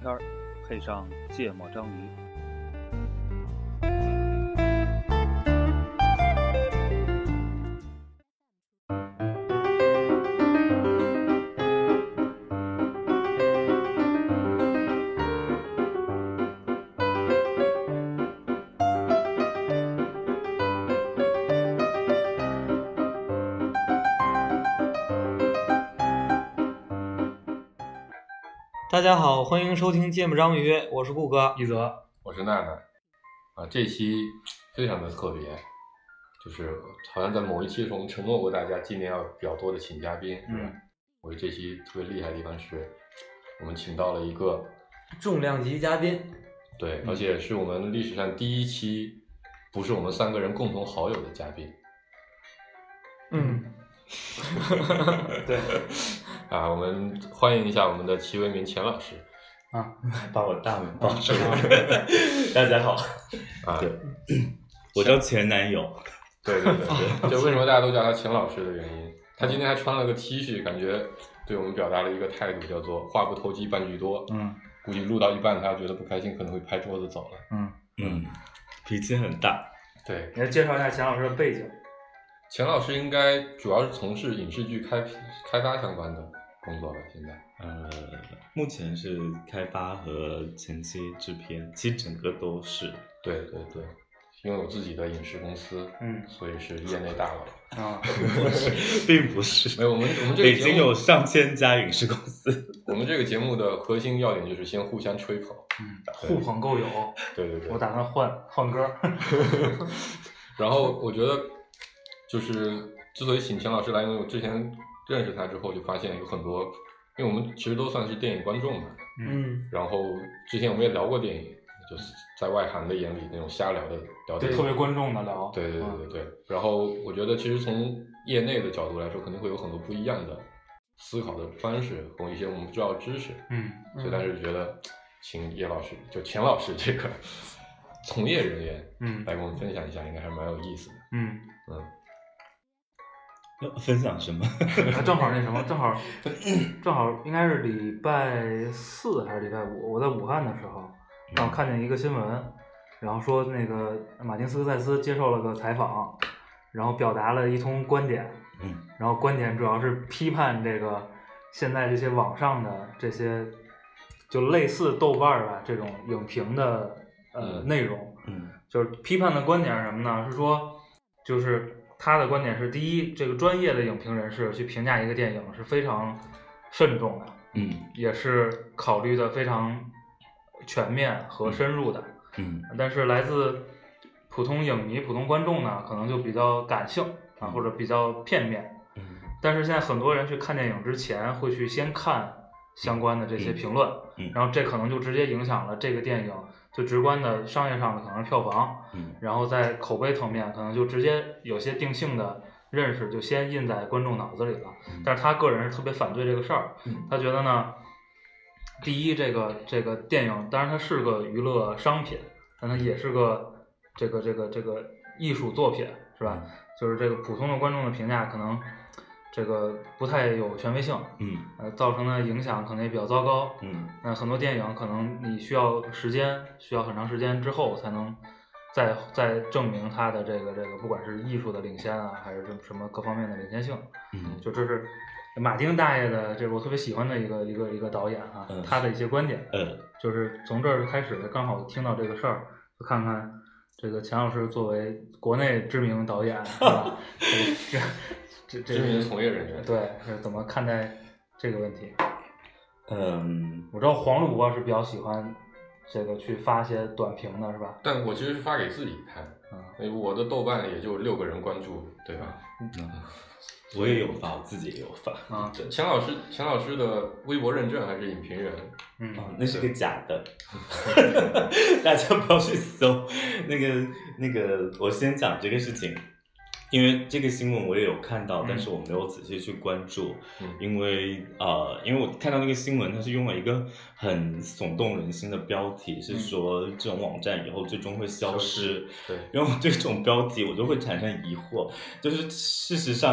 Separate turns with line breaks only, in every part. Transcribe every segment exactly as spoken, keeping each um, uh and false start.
天，配上芥末章鱼。
大家好，欢迎收听芥末章鱼，我是顾哥，
一泽，
我是娜娜。啊，这期非常的特别，就是好像在某一期的时候，我们承诺过大家今年要比较多的请嘉宾，是吧？嗯、我觉得这期特别厉害的地方是，我们请到了一个
重量级嘉宾，
对，而且是我们历史上第一期不是我们三个人共同好友的嘉宾。
嗯，对。
啊，我们欢迎一下我们的齐为民钱老师
啊，
把我大名报出来。大家好，
啊，
对，我叫前男友。
对对对对，就为什么大家都叫他钱老师的原因，他今天还穿了个 T 恤，感觉对我们表达了一个态度，叫做话不投机半句多。
嗯，
估计录到一半，他要觉得不开心，可能会拍桌子走了。
嗯
嗯，脾气很大。
对，
你来介绍一下钱老师的背景。
钱老师应该主要是从事影视剧开开发相关的工作吧，现在。
呃，目前是开发和前期制片，其实整个都是。
对对对，拥有自己的影视公司，
嗯，
所以是业内大佬
啊，
并不是。
没有，我们我们这个
已经有上千家影视公司。
我们这个节目的核心要点就是先互相吹捧，
嗯，互捧够友。
对对对，
我打算换换歌。
然后我觉得，就是之所以请钱老师来，因为我之前认识他之后，就发现有很多，因为我们其实都算是电影观众嘛，
嗯，
然后之前我们也聊过电影，就是在外行的眼里那种瞎聊的聊天，
对，特别观众的聊，
对对对对对。然后我觉得其实从业内的角度来说，肯定会有很多不一样的思考的方式和一些我们不知道的知识，
嗯，
所以但是觉得请叶老师，就钱老师这个从业人员，
嗯，
来跟我们分享一下，应该还蛮有意思的，
嗯
嗯。
要分享什么？
正好那什么，正好正好应该是礼拜四还是礼拜五，我在武汉的时候，刚看见一个新闻，然后说那个马丁斯科塞斯接受了个采访，然后表达了一通观点，
嗯，
然后观点主要是批判这个现在这些网上的这些就类似豆瓣啊这种影评的呃内容，
嗯，
就是批判的观点是什么呢？是说就是。他的观点是：第一，这个专业的影评人士去评价一个电影是非常慎重的，
嗯，
也是考虑的非常全面和深入的，
嗯。
但是来自普通影迷、普通观众呢，可能就比较感性啊，或者比较片面。
嗯。
但是现在很多人去看电影之前，会去先看相关的这些评论，
嗯，
然后这可能就直接影响了这个电影最直观的商业上的可能是票房，
嗯，
然后在口碑层面可能就直接有些定性的认识就先印在观众脑子里了，
嗯，
但是他个人是特别反对这个事儿，
嗯，
他觉得呢，第一，这个这个电影当然它是个娱乐商品，但它也是个这个这个这个艺术作品，是吧？
嗯，
就是这个普通的观众的评价可能这个不太有权威性，
嗯，
呃，造成的影响可能也比较糟糕，
嗯，
那很多电影可能你需要时间，需要很长时间之后才能再再证明它的这个这个不管是艺术的领先啊，还是什什么各方面的领先性，
嗯，
就这是马丁大爷的，这是我特别喜欢的一个一个一个导演啊，
嗯，
他的一些观点，
嗯，
就是从这儿开始刚好听到这个事儿，就看看这个钱老师作为国内知名导演，是吧？这这这
知名从业人员，
对，是怎么看待这个问题？
嗯，
我知道黄主播是比较喜欢这个去发些短评的，是吧？
但我其实是发给自己看，嗯，我的豆瓣也就六个人关注，对吧？
嗯，我也有发，我自己也有发。
啊，
钱老师，钱老师的微博认证还是影评人，
嗯，
哦，那是个假的，大家不要去搜。那个那个，我先讲这个事情。因为这个新闻我也有看到，但是我没有仔细去关注，
嗯，
因为呃，因为我看到那个新闻，它是用了一个很耸动人心的标题，是说这种网站以后最终会消失。
对，
然后对这种标题我就会产生疑惑，就是事实上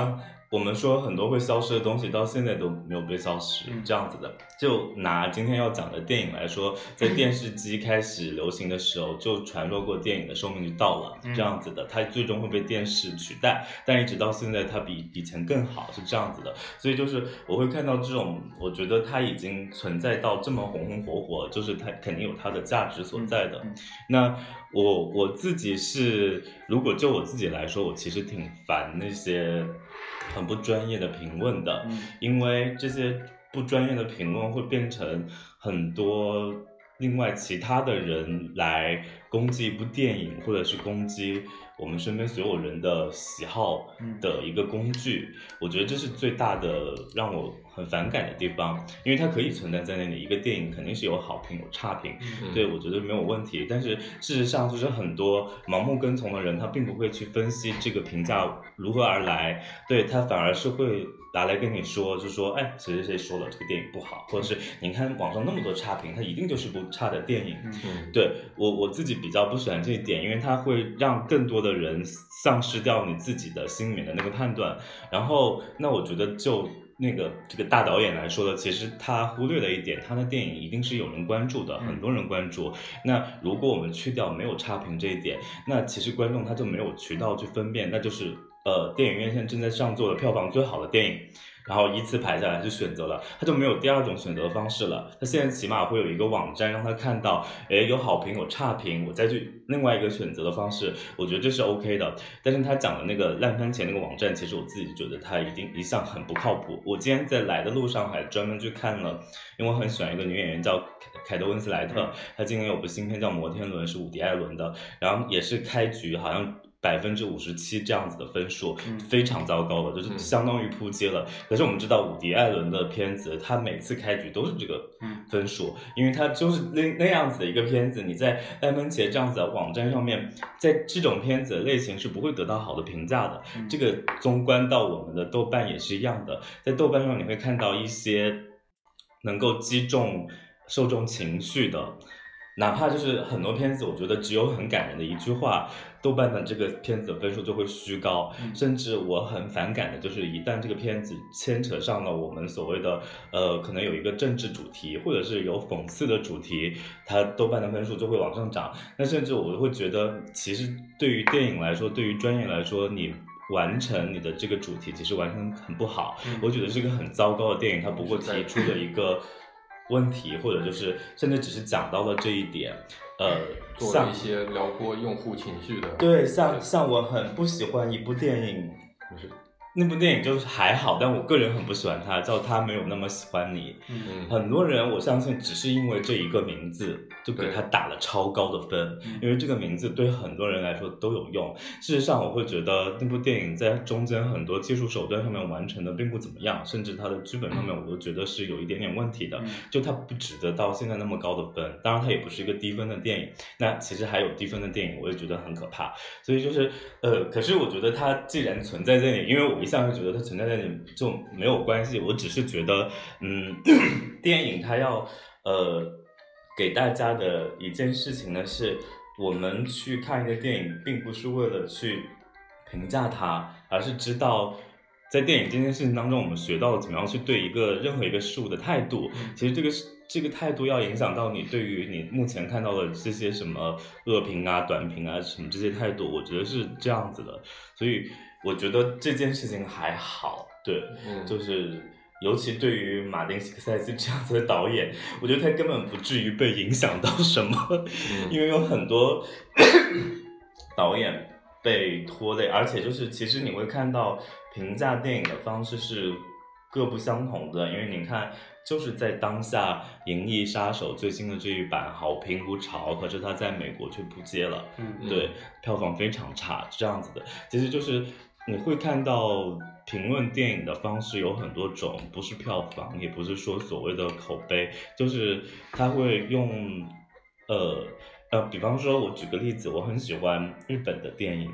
我们说很多会消失的东西到现在都没有被消失，
嗯、
这样子的。就拿今天要讲的电影来说，在电视机开始流行的时候，就传说过电影的寿命就到了，
嗯、
这样子的，它最终会被电视取代，但一直到现在它比以前更好，是这样子的。所以就是我会看到这种，我觉得它已经存在到这么红红火火，就是它肯定有它的价值所在的。
嗯嗯、
那我我自己是，如果就我自己来说，我其实挺烦那些很不专业的评论的，
嗯、
因为这些不专业的评论会变成很多另外其他的人来攻击一部电影，或者是攻击我们身边所有人的喜好的一个工具。嗯、我觉得这是最大的让我很反感的地方，因为它可以存在在那里，一个电影肯定是有好评有差评，
嗯、
对，我觉得没有问题。但是事实上就是很多盲目跟从的人，他并不会去分析这个评价如何而来，对，他反而是会拿来跟你说，就说哎谁谁谁说了这个电影不好，或者是你看网上那么多差评，它一定就是部差的电影。
嗯、
对，我我自己比较不喜欢这一点，因为它会让更多的人丧失掉你自己的心里面的那个判断。然后那我觉得就那个这个大导演来说的，其实他忽略了一点，他的电影一定是有人关注的，很多人关注。那如果我们去掉没有差评这一点，那其实观众他就没有渠道去分辨，那就是呃电影院现在正在上座的票房最好的电影，然后依次排下来就选择了，他就没有第二种选择方式了。他现在起码会有一个网站让他看到，诶，有好评有差评，我再去另外一个选择的方式，我觉得这是 OK 的。但是他讲的那个烂番茄那个网站，其实我自己觉得他一定一向很不靠谱。我今天在来的路上还专门去看了，因为我很喜欢一个女演员叫凯特温斯莱特，她今年有部新片叫《摩天轮》，是伍迪·艾伦的，然后也是开局好像百分之五十七这样子的分数，
嗯、
非常糟糕的，就是相当于扑街了。嗯、可是我们知道伍迪·艾伦的片子，他每次开局都是这个分数，嗯、因为他就是那那样子的一个片子，你在烂番茄这样子的网站上面，在这种片子的类型是不会得到好的评价的。嗯、这个纵观到我们的豆瓣也是一样的，在豆瓣上你会看到一些能够击中受众情绪的。哪怕就是很多片子，我觉得只有很感人的一句话，豆瓣的这个片子的分数就会虚高。嗯、甚至我很反感的就是，一旦这个片子牵扯上了我们所谓的呃，可能有一个政治主题，或者是有讽刺的主题，它豆瓣的分数就会往上涨。那甚至我会觉得，其实对于电影来说，对于专业来说，你完成你的这个主题，其实完成很不好。嗯、我觉得是一个很糟糕的电影，它不过提出了一个问题，或者就是甚至只是讲到了这一点，呃，
做了一些撩拨用户情绪的。
对，像像我很不喜欢一部电影，那部电影就是还好，但我个人很不喜欢它，叫他没有那么喜欢你。嗯，很多人我相信只是因为这一个名字就给他打了超高的分，因为这个名字对很多人来说都有用。事实上我会觉得那部电影在中间很多技术手段上面完成的并不怎么样，甚至它的剧本上面我都觉得是有一点点问题的，就它不值得到现在那么高的分。当然它也不是一个低分的电影，那其实还有低分的电影我也觉得很可怕。所以就是呃，可是我觉得它既然存在这里，因为我一向是觉得它存在在这里就没有关系，我只是觉得嗯电影它要呃给大家的一件事情呢，是我们去看一个电影并不是为了去评价它，而是知道在电影这件事情当中我们学到了怎么样去对一个任何一个事物的态度。其实这个这个态度要影响到你对于你目前看到的这些什么恶评啊短评啊什么这些态度，我觉得是这样子的。所以我觉得这件事情还好，对，嗯、就是尤其对于马丁·西克塞斯这样子的导演，我觉得他根本不至于被影响到什么，嗯、因为有很多导演被拖累，而且就是其实你会看到评价电影的方式是各不相同的，因为你看就是在当下《银翼杀手》最新的这一版好评如潮，可是它在美国却扑街了，嗯，对，票房非常差，这样子的。其实就是你会看到评论电影的方式有很多种，不是票房，也不是说所谓的口碑，就是他会用呃呃，比方说我举个例子，我很喜欢日本的电影，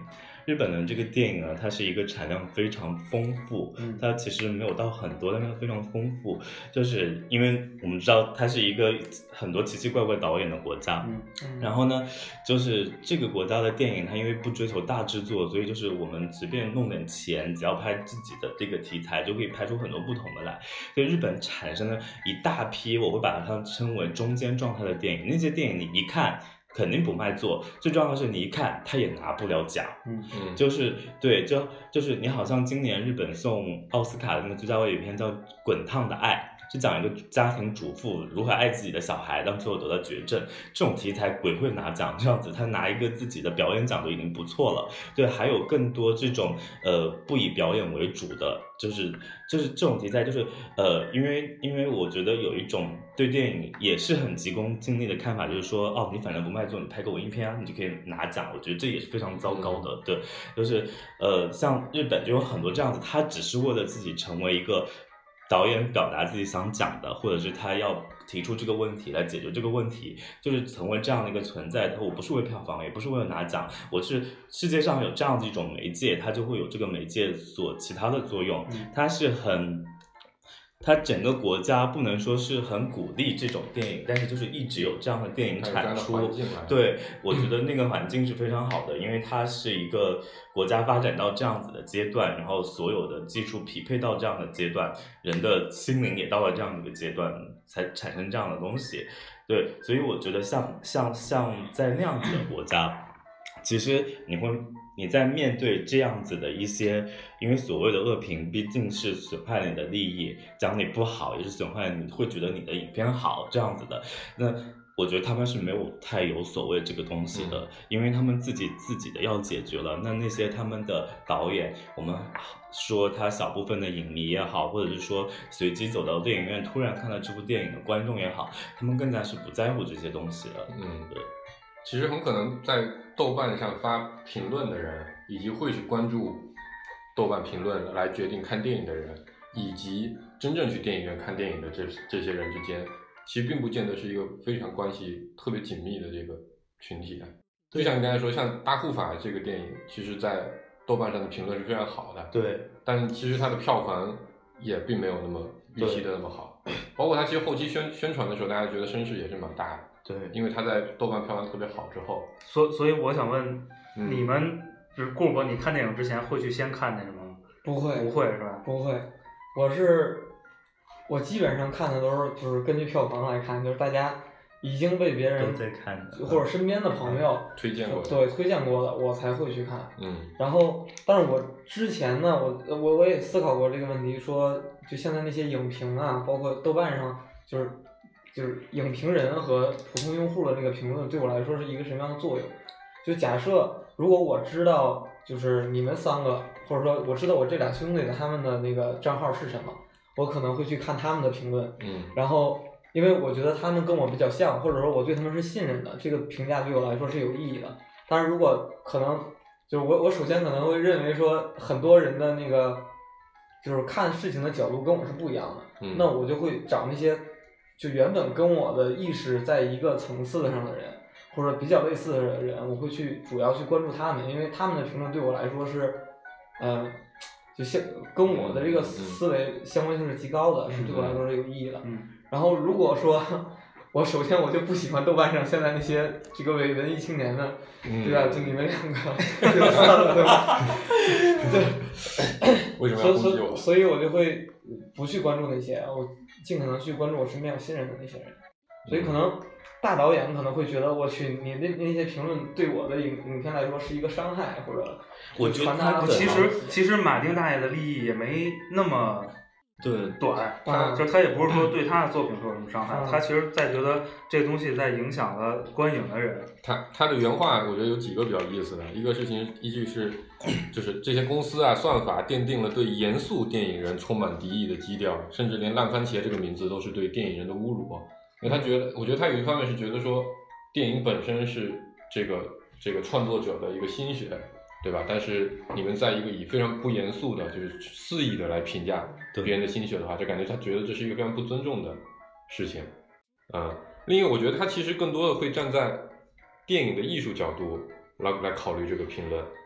日本的这个电影呢，它是一个产量非常丰富，
嗯
它其实没有到很多，但是它非常丰富，就是因为我们知道它是一个很多奇奇怪怪导演的国家，
嗯
嗯
然后呢，就是这个国家的电影，它因为不追求大制作，所以就是我们随便弄点钱，只要拍自己的这个题材，就可以拍出很多不同的来。所以日本产生了一大批，我会把它称为中间状态的电影。那些电影你一看肯定不卖座，最重要的是你一看它也拿不了奖。
嗯
嗯，
就是对，就就是你好像今年日本送奥斯卡的那个最佳外语片叫《滚烫的爱》。是讲一个家庭主妇如何爱自己的小孩，但最后得到绝症。这种题材鬼会拿奖，这样子他拿一个自己的表演奖就已经不错了。对，还有更多这种呃不以表演为主的，就是就是这种题材，就是呃，因为因为我觉得有一种对电影也是很急功近利的看法，就是说哦，你反正不卖座，你拍个文艺片啊，你就可以拿奖。我觉得这也是非常糟糕的。对，就是呃，像日本就有很多这样子，他只是为了自己成为一个导演表达自己想讲的，或者是他要提出这个问题来解决这个问题，就是成为这样的一个存在。我不是为票房，也不是为了拿奖，我是世界上有这样的一种媒介，它就会有这个媒介所其他的作用，它是很。它整个国家不能说是很鼓励这种电影，但是就是一直有这样的电影产出。对，我觉得那个环境是非常好的，因为它是一个国家发展到这样子的阶段，然后所有的技术匹配到这样的阶段，人的心灵也到了这样的一个阶段，才产生这样的东西。对，所以我觉得像像像在那样子的国家，其实你会。你在面对这样子的一些，因为所谓的恶评毕竟是损害了你的利益，讲你不好也是损害你会觉得你的影片好这样子的，那我觉得他们是没有太有所谓这个东西的，因为他们自己自己的要解决了。那那些他们的导演，我们说他小部分的影迷也好，或者是说随机走到电影院突然看到这部电影的观众也好，他们更加是不在乎这些东西的。
嗯，
对。
其实很可能在豆瓣上发评论的人，以及会去关注豆瓣评论来决定看电影的人，以及真正去电影院看电影的这这些人之间，其实并不见得是一个非常关系特别紧密的这个群体的。就像你刚才说，像《大护法》这个电影，其实在豆瓣上的评论是非常好的，
对，
但其实它的票房也并没有那么预期的那么好。包括它其实后期宣宣传的时候，大家觉得声势也是蛮大的。
对，
因为他在豆瓣票房特别好之后，
所所以我想问、
嗯、
你们，就是顾哥，你看电影之前会去先看那什么吗？
不会，
不会是吧？
不会，我是我基本上看的都是就是根据票房来看，就是大家已经被别人
都在看的，
或者身边的朋友、
嗯、推荐过的，
对推荐过的，我才会去看。
嗯，
然后，但是我之前呢，我我我也思考过这个问题，说就现在那些影评啊，包括豆瓣上，就是就是影评人和普通用户的那个评论，对我来说是一个什么样的作用？就假设如果我知道，就是你们三个，或者说我知道我这俩兄弟的他们的那个账号是什么，我可能会去看他们的评论，
嗯，
然后因为我觉得他们跟我比较像，或者说我对他们是信任的，这个评价对我来说是有意义的。但是如果可能，就是我我首先可能会认为说很多人的那个就是看事情的角度跟我是不一样的，
嗯、
那我就会找那些就原本跟我的意识在一个层次上的人，或者比较类似的人，我会去主要去关注他们，因为他们的评论对我来说是，呃，就相跟我的这个思维相关性是极高的，是对我来说是有意义的。
嗯。
然后如果说我首先我就不喜欢豆瓣上现在那些这个伪文艺青年的，
嗯、
对吧？就你们两个，就算了，对吧？对。
为什么要攻击我？
所以，我就会不去关注那些，我尽可能去关注我身边有信任的那些人。所以可能大导演可能会觉得，我去，你那那些评论对我的影影片来说是一个伤害，或者
我觉得他
其实其实马丁大爷的利益也没那么。
对
短，
啊、
就他也不是说对他的作品会有什么伤害，
啊、
他其实在觉得这个东西在影响了观影的人。
他他的原话我觉得有几个比较有意思的，一个事情依据是，就是这些公司啊算法奠定了对严肃电影人充满敌意的基调，甚至连烂番茄这个名字都是对电影人的侮辱。因为他觉得，我觉得他有一方面是觉得说，电影本身是这个这个创作者的一个心血。对吧？但是你们在一个以非常不严肃的，就是肆意的来评价别人的心血的话，就感觉他觉得这是一个非常不尊重的事情。嗯，另一个我觉得他其实更多的会站在电影的艺术角度来来考虑这个评论，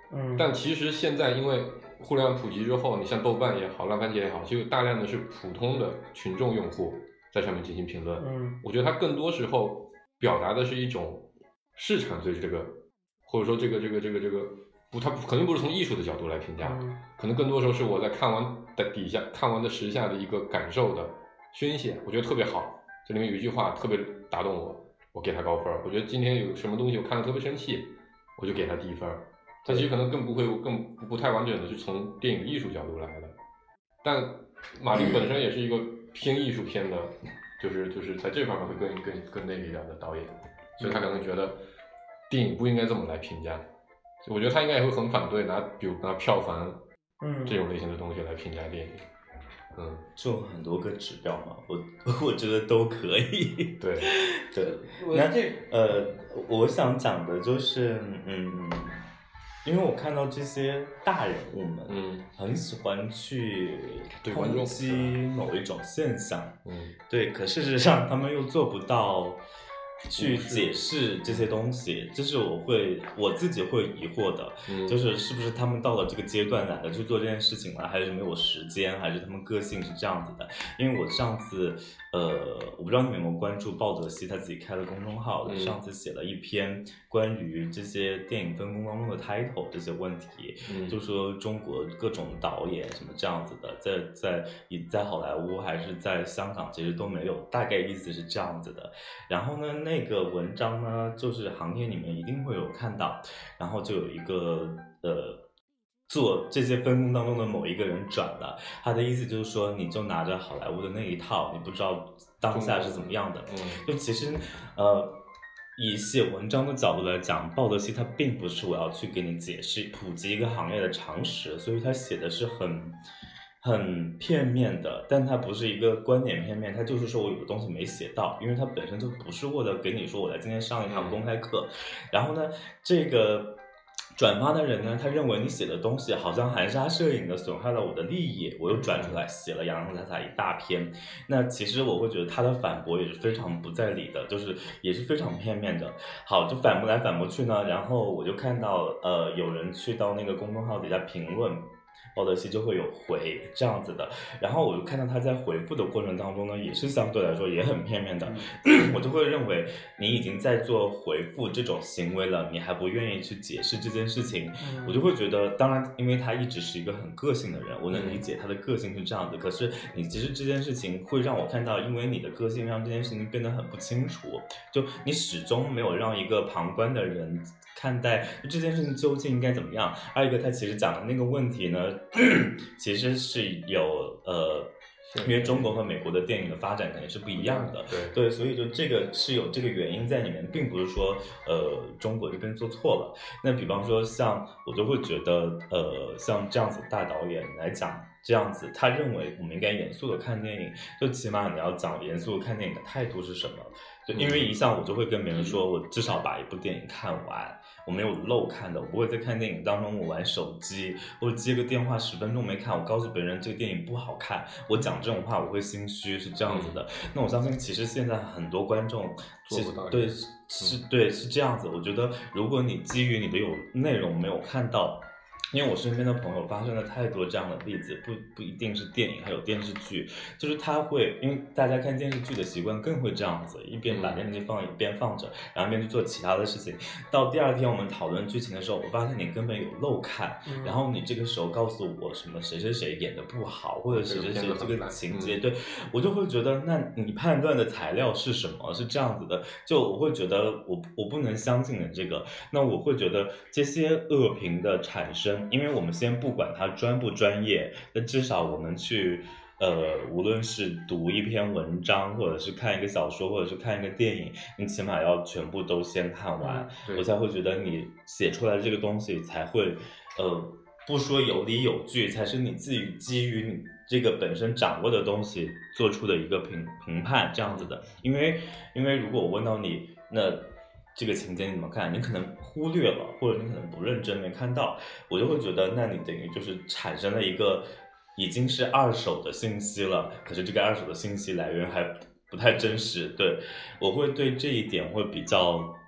嗯，
但其实现在因为互联网普及之后，你像豆瓣也好，烂番茄也好，其实有大量的是普通的群众用户在上面进行评论。
嗯，
我觉得它更多时候表达的是一种市场对这个，或者说这个这个这个这个不，它肯定不是从艺术的角度来评价，
嗯，
可能更多时候是我在看完的底下看完的时下的一个感受的宣泄，我觉得特别好。这里面有一句话特别打动我，我给他高分。我觉得今天有什么东西我看得特别生气，我就给他低分。它其实可能更不会更不太完整的是从电影艺术角度来的。但马丁本身也是一个偏艺术片的，就是就是在这方面会更更更那个一点的导演，所以他可能觉得电影不应该这么来评价。我觉得他应该也会很反对拿比如拿票房
嗯
这种类型的东西来评价电影。嗯，
就很多个指标嘛，我我觉得都可以。
对
对，那
我这
呃，我想讲的就是，嗯，因为我看到这些大人物们，
嗯，
很喜欢去
对观众
抨击某一种现象，
嗯，
对，可事实上他们又做不到去解释这些东西，这是我会我自己会疑惑的，
嗯
就是是不是他们到了这个阶段懒得去做这件事情了，还是没有时间，还是他们个性是这样子的？因为我上次，呃，我不知道你们有没有关注鲍德西他自己开了公众号，
嗯
上次写了一篇关于这些电影分工当中的 title 这些问题，
嗯
就说中国各种导演什么这样子的，在在在好莱坞还是在香港，其实都没有，大概意思是这样子的。然后呢，那个文章呢，就是行业里面一定会有看到，然后就有一个呃。做这些分工当中的某一个人转了，他的意思就是说，你就拿着好莱坞的那一套，你不知道当下是怎么样的。
嗯
就其实，呃，以写文章的角度来讲，鲍德西他并不是我要去给你解释普及一个行业的常识，所以他写的是很很片面的，但它不是一个观点片面，它就是说我有的东西没写到，因为它本身就不是为了给你说我来今天上一堂公开课，然后呢，这个转发的人呢，他认为你写的东西好像含沙射影的损害了我的利益，我又转出来写了洋洋洒洒一大篇。那其实我会觉得他的反驳也是非常不在理的，就是也是非常片面的。好，就反驳来反驳去呢，然后我就看到呃有人去到那个公众号底下评论。鲍德西就会有回这样子的，然后我就看到他在回复的过程当中呢，也是相对来说也很片面的，嗯、我就会认为你已经在做回复这种行为了，你还不愿意去解释这件事情，
嗯、
我就会觉得，当然，因为他一直是一个很个性的人，我能理解他的个性是这样的，可是你其实这件事情会让我看到，因为你的个性让这件事情变得很不清楚，就你始终没有让一个旁观的人看待这件事情究竟应该怎么样。还有一个，他其实讲的那个问题呢，其实是有呃，因为中国和美国的电影的发展肯定是不一样的，
对
对，所以就这个是有这个原因在里面，并不是说呃中国这边做错了。那比方说像我就会觉得呃像这样子大导演来讲。这样子，他认为我们应该严肃的看电影，就起码你要讲严肃看电影的态度是什么。就因为一向我就会跟别人说，我至少把一部电影看完，我没有漏看的，我不会在看电影当中我玩手机或者接个电话十分钟没看，我告诉别人这个电影不好看，我讲这种话我会心虚，是这样子的。嗯、那我相信其实现在很多观众
做不到，
对是、嗯、对是这样子。我觉得如果你基于你的有内容没有看到。因为我身边的朋友发生了太多这样的例子，不不一定是电影，还有电视剧，就是他会，因为大家看电视剧的习惯更会这样子，一边把电视机放一边放着，然后一边去做其他的事情。到第二天我们讨论剧情的时候，我发现你根本有漏看，嗯、然后你这个时候告诉我什么谁谁谁演的不好，或者谁谁谁这个情节，嗯、对我就会觉得，那你判断的材料是什么？是这样子的，就我会觉得我我不能相信你这个，那我会觉得这些恶评的产生。因为我们先不管它专不专业，那至少我们去，呃，无论是读一篇文章，或者是看一个小说，或者是看一个电影，你起码要全部都先看完，
嗯、
我才会觉得你写出来这个东西才会，呃，不说有理有据，才是你自己基于你这个本身掌握的东西做出的一个评评判这样子的。因为，因为如果我问到你，那。这个情节你怎么看？你可能忽略了，或者你可能不认真没看到，我就会觉得，那你等于就是产生了一个已经是二手的信息了，可是这个二手的信息来源还不太真实。对，我会对这一点会比较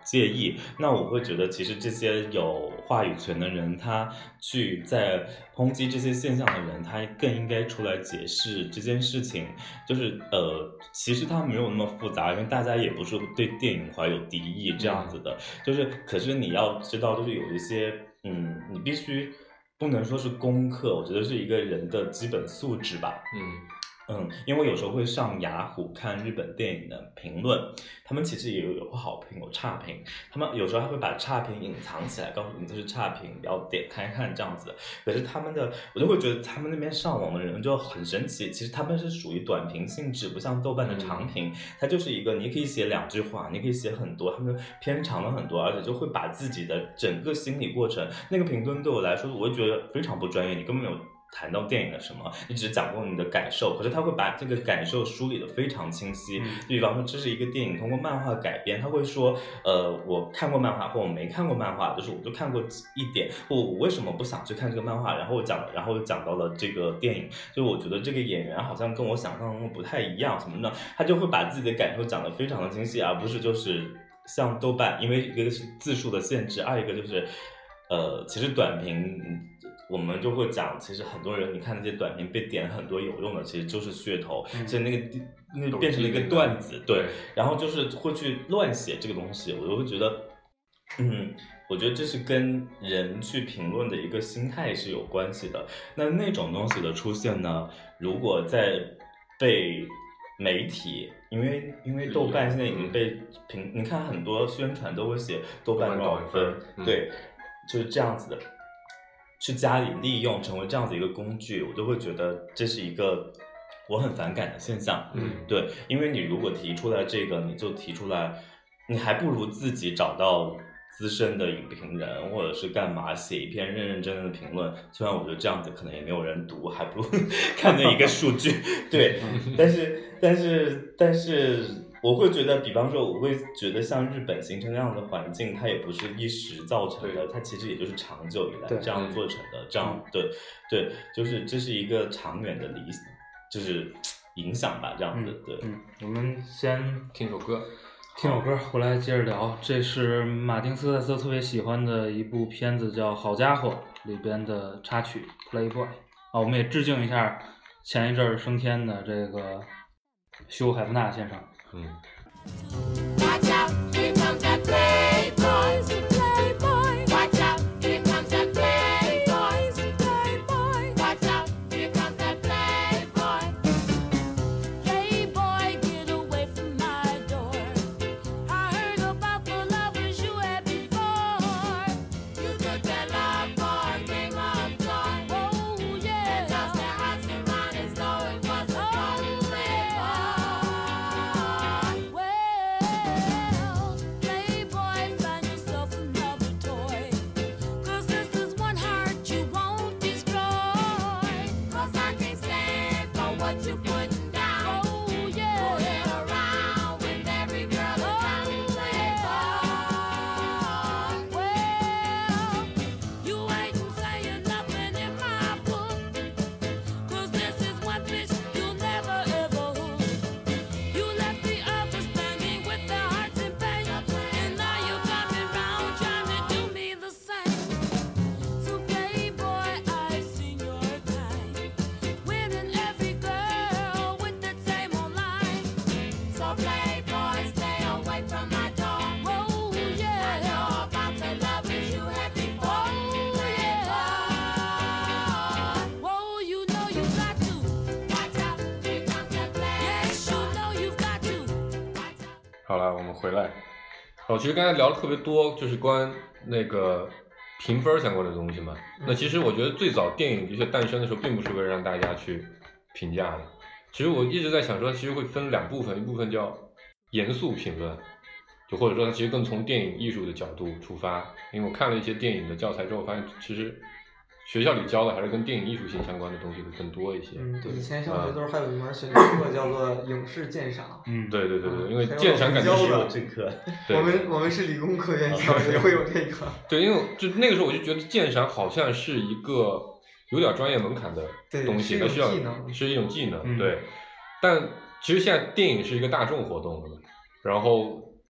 介意。那我会觉得，其实这些有话语权的人，他去在抨击这些现象的人，他更应该出来解释这件事情。就是呃，其实它没有那么复杂，因为大家也不是对电影怀有敌意这样子的。就是，可是你要知道，就是有一些，嗯，你必须不能说是功课，我觉得是一个人的基本素质吧。
嗯。
嗯，因为有时候会上雅虎看日本电影的评论，他们其实也有有好评有差评，他们有时候还会把差评隐藏起来，告诉你这是差评，不要点开看这样子的。可是他们的，我就会觉得他们那边上网的人就很神奇，其实他们是属于短评性质，不像豆瓣的长评，嗯、它就是一个你可以写两句话，你可以写很多，他们偏长了很多，而且就会把自己的整个心理过程，那个评论对我来说，我会觉得非常不专业，你根本没有谈到电影的什么，你只讲过你的感受，可是他会把这个感受梳理得非常清晰。嗯、就比方说，这是一个电影通过漫画改编，他会说，呃，我看过漫画，或我没看过漫画，就是我就看过一点，或我为什么不想去看这个漫画，然后我讲，然后讲到了这个电影，就我觉得这个演员好像跟我想象中不太一样什么的，他就会把自己的感受讲得非常的清晰，而不是就是像豆瓣，因为一个是字数的限制，二一个就是，呃，其实短评。我们就会讲，其实很多人，你看那些短评被点很多有用的，其实就是噱头，嗯、其实那个那变成了一个段子，对，然后就是会去乱写这个东西，我就会觉得，嗯，我觉得这是跟人去评论的一个心态是有关系的。那那种东西的出现呢，如果在被媒体，因为因为豆瓣现在已经被评，你看很多宣传都会写豆瓣多少分，嗯、对，就是这样子的。去家里利用成为这样子一个工具，我就会觉得这是一个我很反感的现象。嗯，对，因为你如果提出来这个，你就提出来，你还不如自己找到资深的影评人，或者是干嘛写一篇认认真真的评论。虽然我觉得这样子可能也没有人读，还不如看那一个数据。对，但是但是但是。我会觉得，比方说，我会觉得像日本形成那样的环境，它也不是一时造成的，它其实也就是长久以来这样做成的。这样对对，就是这是一个长远的理，就是影响吧，这样子。对，
嗯，我们先
听首歌，
听首歌，回来接着聊。这是马丁斯科塞斯特别喜欢的一部片子，叫《好家伙》里边的插曲《Playboy》啊，我们也致敬一下前一阵升天的这个休海夫纳先生。嗯。Watch out, here comes that playboy, playboy. Watch out, here comes that playboy, playboy. Watch out, here comes that playboy. Playboy, get away from my door. I heard about the lovers you had before. You took that love for a game of joy. Oh yeah. And tossed that house around as though it was a gun.
好了，我们回来。哦，其实刚才聊了特别多，就是关那个评分相关的东西嘛。那其实我觉得最早电影的确诞生的时候，并不是为了让大家去评价的。其实我一直在想说，其实会分两部分，一部分叫严肃评论，就或者说它其实更从电影艺术的角度出发。因为我看了一些电影的教材之后，发现其实学校里教的还是跟电影艺术性相关的东西会更多一些。
嗯，对，以前小学都是还有一门选修课叫做影视鉴赏。
嗯，对对对对，因为鉴赏感觉是
有
这课。
我们我们是理工科院校也会有这个。
对，因为就那个时候我就觉得鉴赏好像是一个有点专业门槛的东西，它需要是一种技能，对。但其实现在电影是一个大众活动了，然后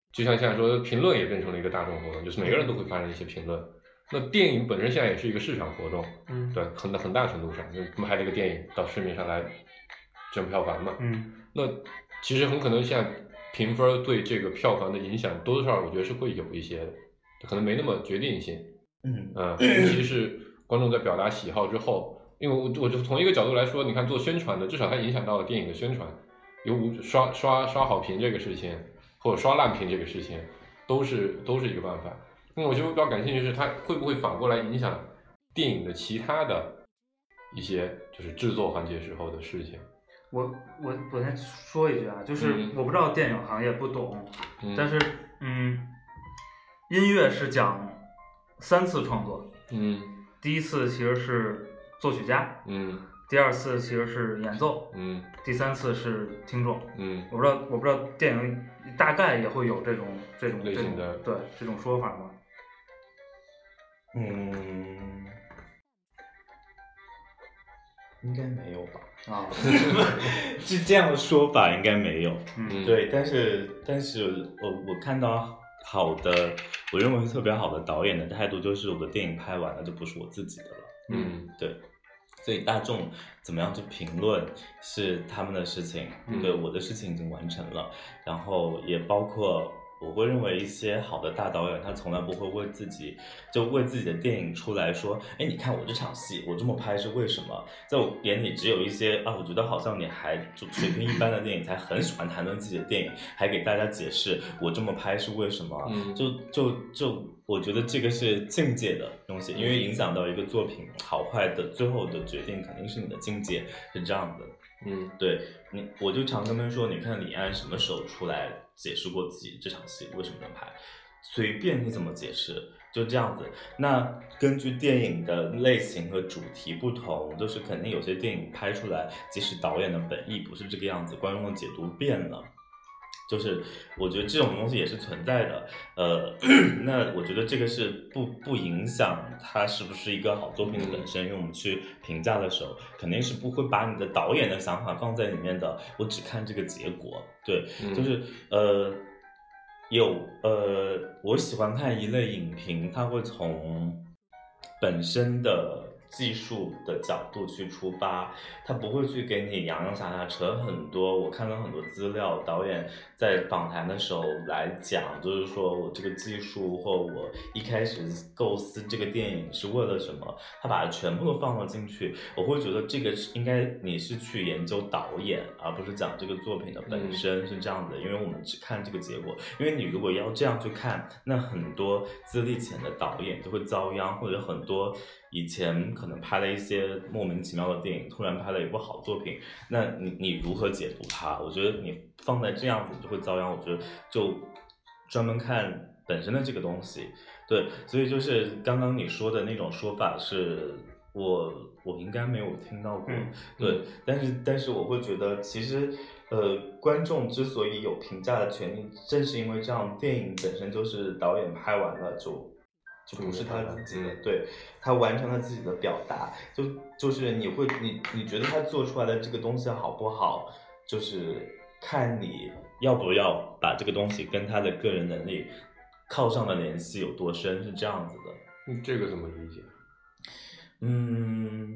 就像现在说，评论也变成了一个大众活动，就是每个人都会发生一些评论。那电影本身现在也是一个市场活动，
嗯，
对，很很大程度上，就拍了一个电影到市面上来挣票房嘛。
嗯，
那其实很可能现在评分对这个票房的影响多多少少，我觉得是会有一些，可能没那么决定性。
嗯
呃，尤其是观众在表达喜好之后，因为我我就从一个角度来说，你看做宣传的，至少它影响到了电影的宣传，有无刷刷刷好评这个事情，或者刷烂评这个事情，都是都是一个办法。那我就比较感兴趣是，它会不会反过来影响电影的其他的一些就是制作环节时候的事情？
我我我先说一句啊，就是
嗯
我不知道电影行业不懂，
嗯
但是嗯，音乐是讲三次创作，
嗯
第一次其实是作曲家，
嗯
第二次其实是演奏，
嗯
第三次是听众。
嗯
我不知道我不知道电影大概也会有这种这种这种
类型的
对这种说法吗？
嗯，应该没有吧？
啊，
是这样的说法应该没有。
嗯
对，但是但是我我看到好的，我认为特别好的导演的态度就是，我的电影拍完了就不是我自己的了。
嗯
对，所以大众怎么样去评论是他们的事情，
嗯
对，我的事情已经完成了，然后也包括。我会认为一些好的大导演，他从来不会为自己就为自己的电影出来说，哎，你看我这场戏，我这么拍是为什么？在我眼里，只有一些啊，我觉得好像你还就水平一般的电影才很喜欢谈论自己的电影，还给大家解释我这么拍是为什么。
嗯
就就就，我觉得这个是境界的东西，因为影响到一个作品好坏的最后的决定，肯定是你的境界，是这样的。
嗯
对你，我就常跟他们说，你看李安什么时候出来解释过自己这场戏为什么能拍？随便你怎么解释，就这样子。那根据电影的类型和主题不同，就是肯定有些电影拍出来，即使导演的本意不是这个样子，观众的解读变了。就是我觉得这种东西也是存在的，呃，那我觉得这个是不不影响它是不是一个好作品的本身，因为我们去评价的时候，肯定是不会把你的导演的想法放在里面的，我只看这个结果，对，
嗯
就是呃，有呃，我喜欢看一类影评，它会从本身的技术的角度去出发，他不会去给你洋洋洒洒扯很多。我看了很多资料，导演在访谈的时候来讲，就是说我这个技术或我一开始构思这个电影是为了什么，他把它全部都放了进去。我会觉得这个是应该你是去研究导演，而不是讲这个作品的本身，是这样的。因为我们只看这个结果，因为你如果要这样去看，那很多资历浅的导演就会遭殃，或者很多以前可能拍了一些莫名其妙的电影，突然拍了一部好作品，那你你如何解读它？我觉得你放在这样子就会遭殃。我觉得就专门看本身的这个东西，对，所以就是刚刚你说的那种说法是我我应该没有听到过，
嗯、
对，但是但是我会觉得其实呃观众之所以有评价的权利，正是因为这样，电影本身就是导演拍完了就。就不是他自己的，对，他完成了自己的表达，就就是你会你你觉得他做出来的这个东西好不好，就是看你要不要把这个东西跟他的个人能力靠上的联系有多深，是这样子的。
嗯，这个怎么理解？
嗯，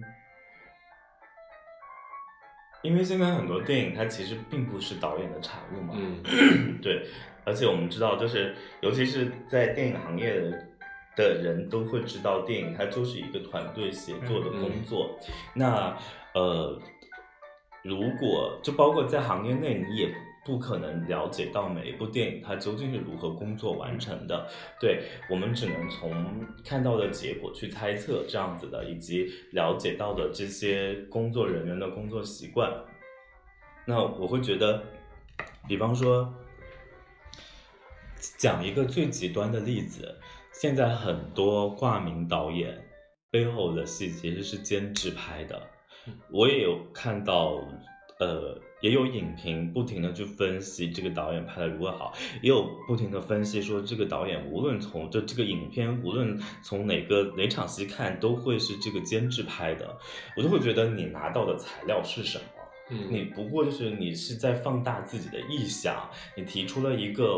因为现在很多电影它其实并不是导演的产物嘛，
嗯，
对，而且我们知道，就是尤其是在电影行业的。的人都会知道，电影它就是一个团队协作的工作。嗯、那呃，如果就包括在行业内，你也不可能了解到每一部电影它究竟是如何工作完成的。对，我们只能从看到的结果去猜测这样子的，以及了解到的这些工作人员的工作习惯。那我会觉得，比方说，讲一个最极端的例子。现在很多挂名导演背后的戏其实是监制拍的，我也有看到，呃，也有影评不停的去分析这个导演拍的如何好，也有不停的分析说这个导演无论从就这个影片无论从哪个哪场戏看都会是这个监制拍的，我就会觉得你拿到的材料是什么？
嗯，
你不过就是你是在放大自己的臆想，你提出了一个。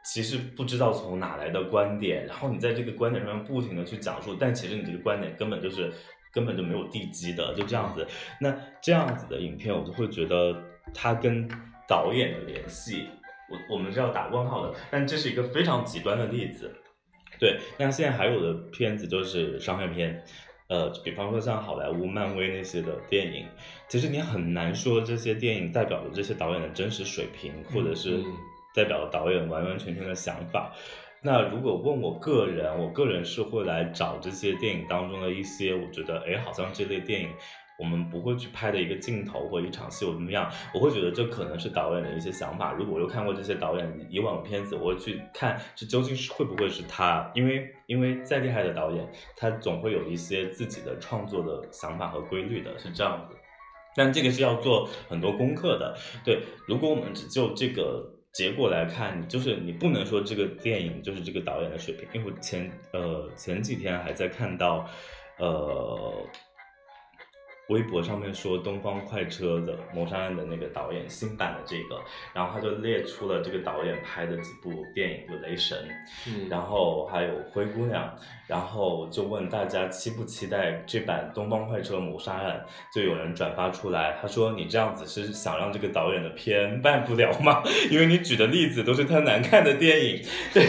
其实不知道从哪来的观点，然后你在这个观点上面不停的去讲述，但其实你这个观点根本就是根本就没有地基的，就这样子。那这样子的影片，我就会觉得它跟导演的联系，我我们是要打问号的，但这是一个非常极端的例子。对，那现在还有的片子就是商业片。呃，比方说像好莱坞、漫威那些的电影，其实你很难说这些电影代表了这些导演的真实水平，或者是代表了导演完完全全的想法。那如果问我个人，我个人是会来找这些电影当中的一些，我觉得，哎，好像这类电影我们不会去拍的一个镜头或一场戏，我怎么样？我会觉得这可能是导演的一些想法。如果我又看过这些导演以往的片子，我会去看这究竟是会不会是他，因为因为再厉害的导演，他总会有一些自己的创作的想法和规律的，是这样子。但这个是要做很多功课的。对，如果我们只就这个结果来看，就是你不能说这个电影就是这个导演的水平。因为我前呃前几天还在看到呃。微博上面说东方快车的谋杀案的那个导演新版的这个，然后他就列出了这个导演拍的几部电影，有雷神，嗯，然后还有灰姑娘，然后就问大家期不期待这版东方快车谋杀案，就有人转发出来，他说你这样子是想让这个导演的片办不了吗？因为你举的例子都是他难看的电影，对。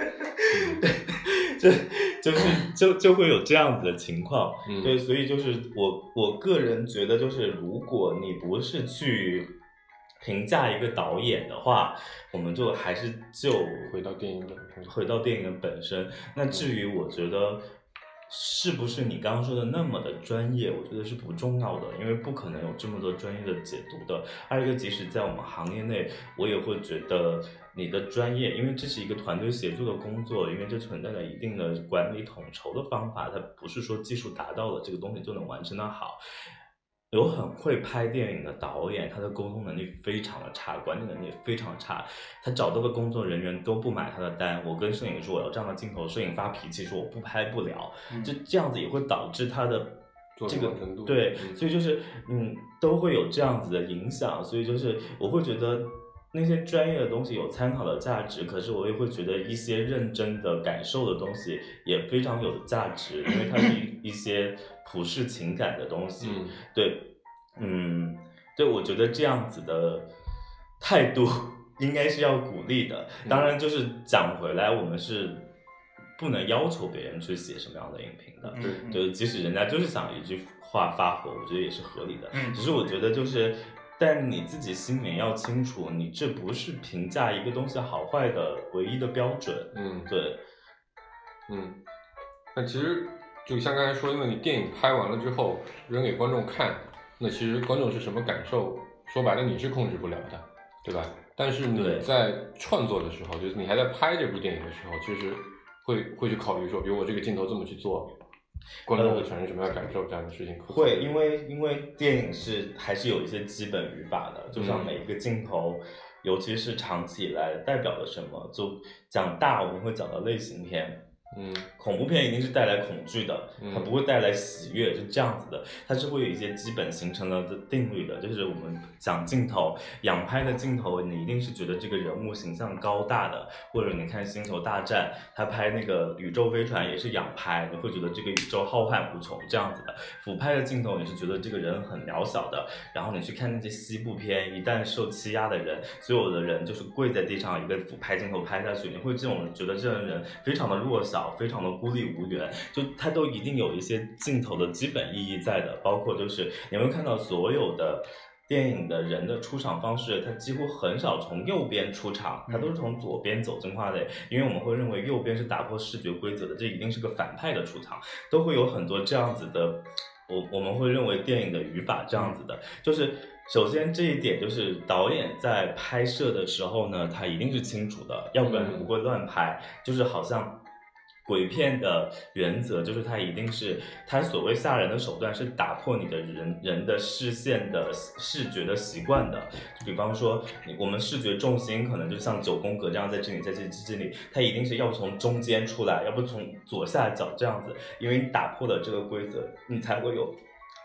就就是就就会有这样子的情况，嗯、对，所以就是我我个人觉得，就是如果你不是去评价一个导演的话，我们就还是就
回到电影本身，
回到电影的本身。那至于我觉得是不是你刚刚说的那么的专业，我觉得是不重要的，因为不可能有这么多专业的解读的。二一个，即使在我们行业内，我也会觉得你的专业，因为这是一个团队协作的工作，因为这存在着一定的管理统筹的方法，它不是说技术达到了这个东西就能完成的好。有很会拍电影的导演，他的沟通能力非常的差，管理能力也非常差，他找到的工作人员都不买他的单。我跟摄影说我要这样的镜头，摄影发脾气说我不拍不了，嗯、就这样子也会导致他的这个对，所以就是嗯都会有这样子的影响，所以就是我会觉得那些专业的东西有参考的价值，可是我也会觉得一些认真的感受的东西也非常有价值，因为它是一些普世情感的东西。嗯、对，嗯，对，我觉得这样子的态度应该是要鼓励的。当然，就是讲回来，我们是不能要求别人去写什么样的影评的。对、嗯，就是即使人家就是想一句话发火，我觉得也是合理的。嗯，只是我觉得就是。但你自己心里面要清楚，你这不是评价一个东西好坏的唯一的标准。嗯，对，
嗯，那其实就像刚才说，因为你电影拍完了之后扔给观众看，那其实观众是什么感受，说白了你是控制不了的，对吧？但是你在创作的时候，就是你还在拍这部电影的时候，其实会会去考虑说，比如我这个镜头这么去做。观众会产生什么样的感受？这样的事情
会，因为因为电影是还是有一些基本语法的，就像每一个镜头，嗯、尤其是长期以来代表了什么。就讲大，我们会讲到类型片，嗯，恐怖片一定是带来恐惧的，嗯、它不会带来喜悦，是这样子的，它是会有一些基本形成了的定律的。就是我们讲镜头，仰拍的镜头，你一定是觉得这个人物形象高大的，或者你看《星球大战》，他拍那个宇宙飞船也是仰拍，你会觉得这个宇宙浩瀚无穷这样子的。俯拍的镜头，你是觉得这个人很渺小的。然后你去看那些西部片，一旦受欺压的人，所有的人就是跪在地上，一个俯拍镜头拍下去，你会这种觉得这种人非常的弱小，非常的孤立无援，就他都一定有一些镜头的基本意义在的。包括就是你会看到所有的电影的人的出场方式，他几乎很少从右边出场，他都是从左边走进花蕾，因为我们会认为右边是打破视觉规则的，这一定是个反派的出场，都会有很多这样子的，我我们会认为电影的语法这样子的。就是首先这一点就是导演在拍摄的时候呢，他一定是清楚的，要不然他不会乱拍。就是好像鬼片的原则就是它一定是它所谓吓人的手段是打破你的人人的视线的视觉的习惯的。就比方说我们视觉重心可能就像九宫格这样在这里在这里在这里，它一定是要从中间出来，要不从左下角这样子，因为你打破了这个规则，你才会有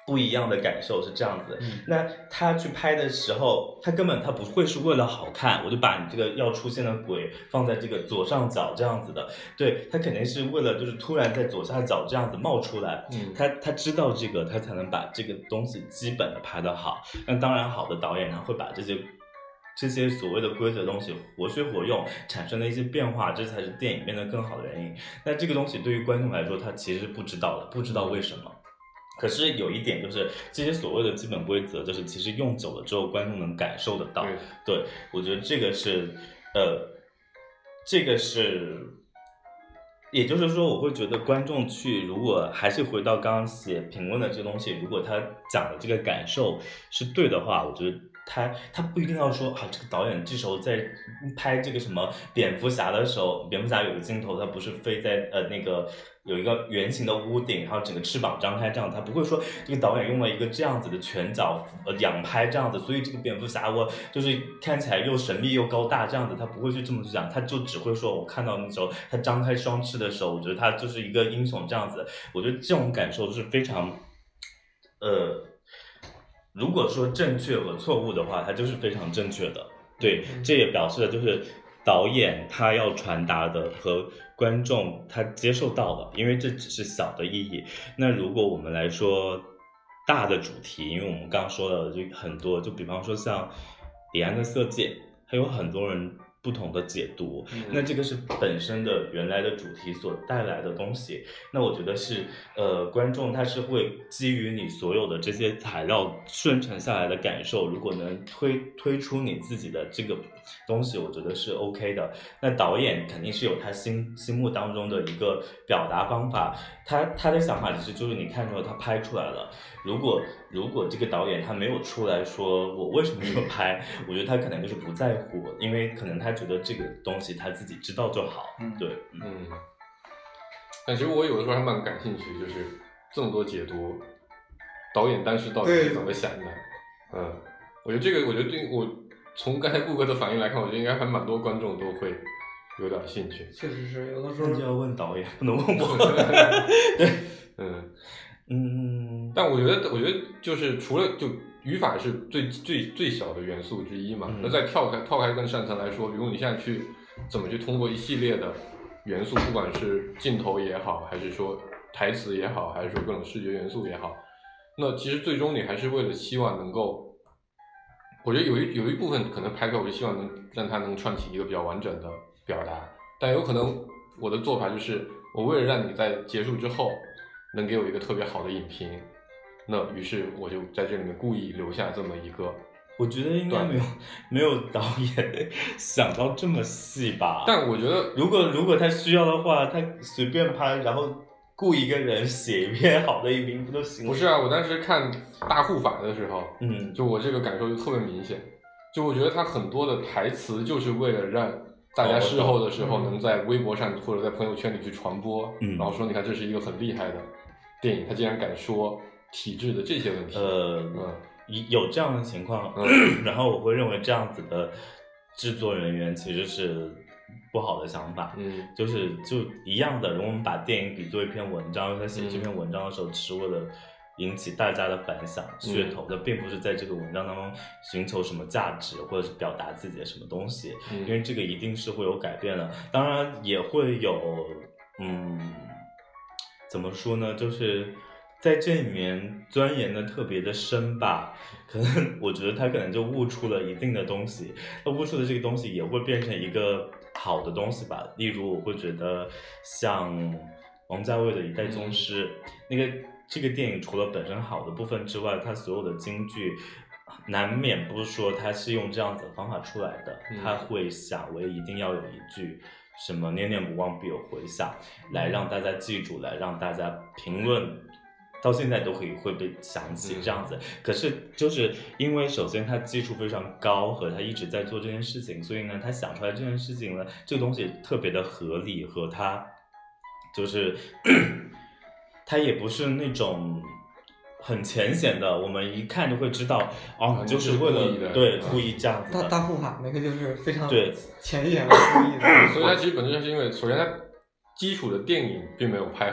不一样的感受是这样子的。
嗯、
那他去拍的时候，他根本他不会是为了好看，我就把你这个要出现的鬼放在这个左上角这样子的，对，他肯定是为了就是突然在左下角这样子冒出来，
嗯，
他他知道这个，他才能把这个东西基本的拍得好。那当然，好的导演他会把这些这些所谓的规则的东西活学活用，产生了一些变化，这才是电影变得更好的原因。那这个东西对于观众来说，他其实不知道的，不知道为什么。可是有一点就是，这些所谓的基本规则，就是其实用久了之后，观众能感受得到。对，我觉得这个是，呃，这个是，也就是说，我会觉得观众去，如果还是回到刚刚写评论的这个东西，如果他讲的这个感受是对的话，我觉得。他他不一定要说啊，这个导演这时候在拍这个什么蝙蝠侠的时候，蝙蝠侠有个镜头，他不是飞在呃那个有一个圆形的屋顶，然后整个翅膀张开这样，他不会说这个导演用了一个这样子的全角呃仰拍这样子，所以这个蝙蝠侠我就是看起来又神秘又高大这样子，他不会去这么去讲，他就只会说我看到那时候他张开双翅的时候，我觉得他就是一个英雄这样子，我觉得这种感受是非常呃。如果说正确和错误的话，它就是非常正确的。对，这也表示了就是导演他要传达的和观众他接受到的，因为这只是小的意义。那如果我们来说大的主题，因为我们刚刚说到的就很多，就比方说像李安的《色戒》，还有很多人不同的解读，
嗯、
那这个是本身的原来的主题所带来的东西。那我觉得是，呃，观众他是会基于你所有的这些材料顺承下来的感受，如果能推推出你自己的这个东西，我觉得是 OK 的。那导演肯定是有他心心目当中的一个表达方法，他他的想法其实就是你看出来他拍出来了。如果如果这个导演他没有出来说我为什么没有拍，我觉得他可能就是不在乎，因为可能他觉得这个东西他自己知道就好。
嗯，
对，
嗯。但其实我有的时候还蛮感兴趣，就是这么多解读，导演当时到底是怎么想的？嗯，我觉得这个，我觉得对我从刚才顾哥的反应来看，我觉得应该还蛮多观众都会有点兴趣。
确实是，有的时候
就要问导演，不能问我。对，
嗯。
嗯，
但我觉得，我觉得就是除了就语法是最最最小的元素之一嘛。嗯、那再跳开跳开更上层来说，比如你现在去怎么去通过一系列的元素，不管是镜头也好，还是说台词也好，还是说各种视觉元素也好，那其实最终你还是为了希望能够，我觉得有一有一部分可能拍出来，我就希望能让它能串起一个比较完整的表达，但有可能我的做法就是我为了让你在结束之后能给我一个特别好的影评，那于是我就在这里面故意留下这么一个，
我觉得应该没有没有导演想到这么细吧。
但我觉得，
如果如果他需要的话，他随便拍，然后雇一个人写一篇好的影评不都行了？
不是啊，我当时看大护法的时候，
嗯，
就我这个感受就特别明显，就我觉得他很多的台词就是为了让大家事后的时候能在微博上或者在朋友圈里去传播，
嗯，
然后说你看这是一个很厉害的电影，他竟然敢说体制的这些问题。
呃，
嗯，
有这样的情况，
嗯、
然后我会认为这样子的制作人员其实是不好的想法。
嗯，
就是就一样的，如果我们把电影比作一篇文章，在写这篇文章的时候，只是为了引起大家的反响、噱头，它、嗯、并不是在这个文章当中寻求什么价值，或者是表达自己的什么东西，
嗯、
因为这个一定是会有改变的。当然也会有，嗯，怎么说呢？就是在这里面钻研的特别的深吧，可能我觉得他可能就悟出了一定的东西，他悟出的这个东西也会变成一个好的东西吧。例如，我会觉得像王家卫的《一代宗师》，嗯、那个。这个电影除了本身好的部分之外，它所有的金句难免不是说它是用这样子的方法出来的，
嗯、
他会想我也一定要有一句什么念念不忘必有回响，来让大家记住，来让大家评论到现在都可以会被想起这样子。嗯、可是就是因为首先他技术非常高，和他一直在做这件事情，所以呢他想出来这件事情呢，这个东西特别的合理，和他就是它也不是那种很浅显的，我们一看就会知道，哦，你就是为了对故意这样子的。
大大护法那个就是非常
对
浅显的故意的，
所以它其实本质上是因为，首先它基础的电影并没有拍好，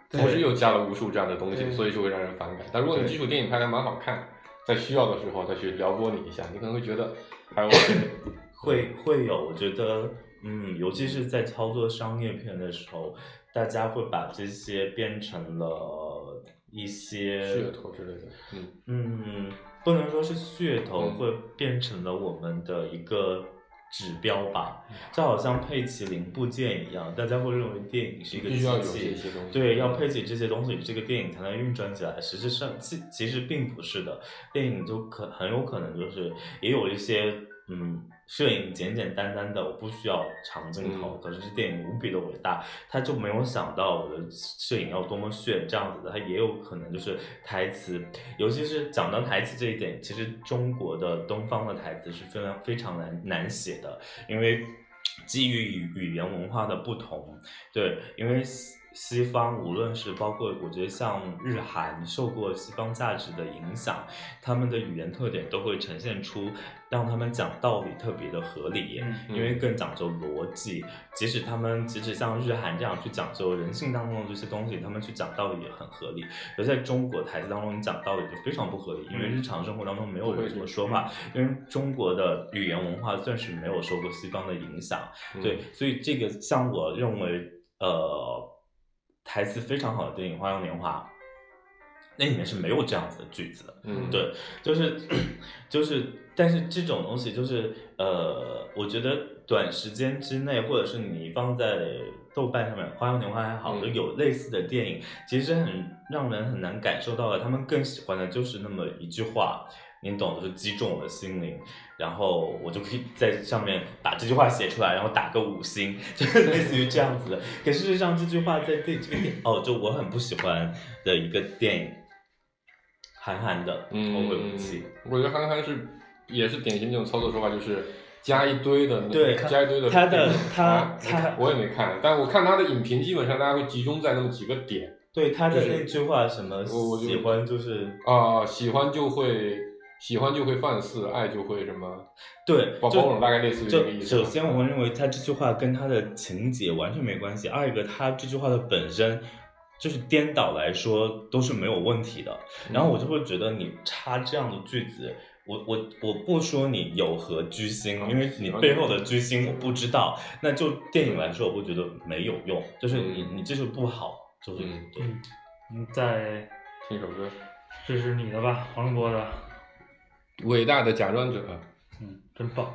同时又加了无数这样的东西，所以就会让人反感。但如果你基础电影拍得蛮好看，在需要的时候再去撩拨你一下，你可能会觉得还 OK。
会会有，我觉得，嗯，尤其是在操作商业片的时候，大家会把这些变成了一些
噱头之类的，嗯
嗯，不能说是噱头，
嗯、
会变成了我们的一个指标吧，就好像配齐零部件一样，大家会认为电影是一个机器，对，要配齐这些东西，这个电影才能运转起来。实质上，其其实并不是的，电影就可很有可能就是也有一些嗯。摄影简简单单的，我不需要长镜头，嗯、可是这电影无比的伟大，他就没有想到我的摄影要多么炫这样子的，他也有可能就是台词，尤其是讲到台词这一点，其实中国的东方的台词是非常非常难难写的，因为基于语言文化的不同，对，因为西方无论是包括我觉得像日韩受过西方价值的影响，他们的语言特点都会呈现出让他们讲道理特别的合理，
嗯、
因为更讲究逻辑。即使他们即使像日韩这样去讲究人性当中的这些东西，他们去讲道理也很合理。而在中国台词当中，你讲道理就非常不合理，因为日常生活当中没有人这么说话，因为中国的语言文化算是没有受过西方的影响，对，所以这个像我认为呃。台词非常好的电影《花样年华》，那里面是没有这样子的句子的，
嗯，
对，就是就是，但是这种东西就是呃，我觉得短时间之内，或者是你放在豆瓣上面，《花样年华》还好，
嗯、
有类似的电影，其实很让人很难感受到的，他们更喜欢的就是那么一句话。你懂，就是击中我的心灵，然后我就可以在上面把这句话写出来，然后打个五星，就是类似于这样子的。可事实上，这句话在这这个电哦，就我很不喜欢的一个电影，韩寒的《后会无期》。
我觉得韩寒是也是典型这种操作手法，就是加一堆的，
对，
加一堆的。
他的他
他，我也没看，但我看他的影评，基本上大家会集中在那么几个点。
对，他的那句话什么，
我
喜欢就是
啊、呃，喜欢就会。喜欢就会放肆，爱就会什么？
对，
包包容大概类似于这个意思。
首先，我认为他这句话跟他的情节完全没关系。二一个，他这句话的本身就是颠倒来说都是没有问题的。然后我就会觉得你插这样的句子，我我我不说你有何居心，因为你背后的居心我不知道。那就电影来说，我会觉得没有用，就是你你这是不好，就是对。
你再
听首歌，
这是你的吧，黄渤的。
伟大的假装者，
嗯，真棒。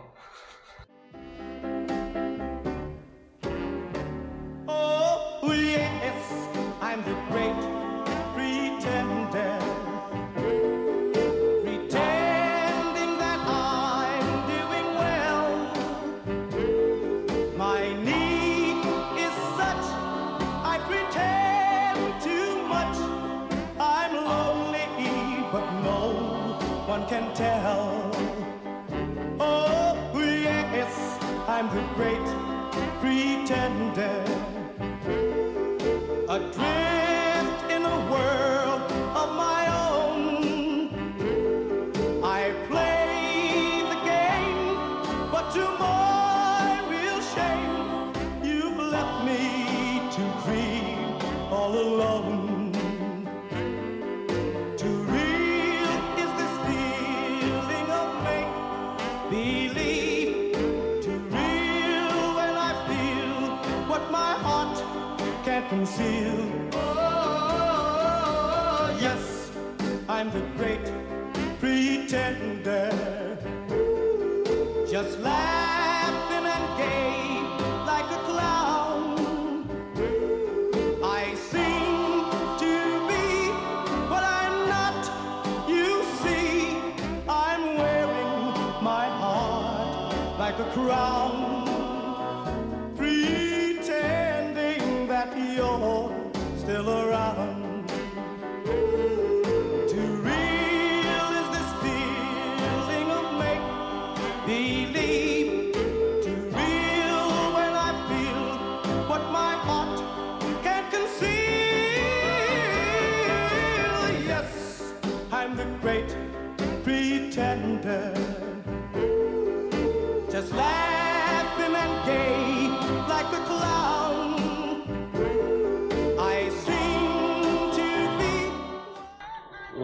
Oh yes, I'm the great pretender, pretending that I'm doing well. My need is such, I pretend too much. I'm lonely, but no one can tell. Oh yes, I'm the great pretender, adrift in a world of my own. I play the game, but to my real shame, you've left me to grieve all alone. Believe too real when I feel what my heart can't conceal. Oh, yes, I'm the great pretender, just laughing and gay like a clown. I seem to be what I'm not, you see. I'm wearing my heart like a crown, pretending that you're still around. Too real is this feeling of make-believe. Too real when I feel what my heart can't conceal. Yes, I'm the great pretender, just laughing and gay like a clown. I sing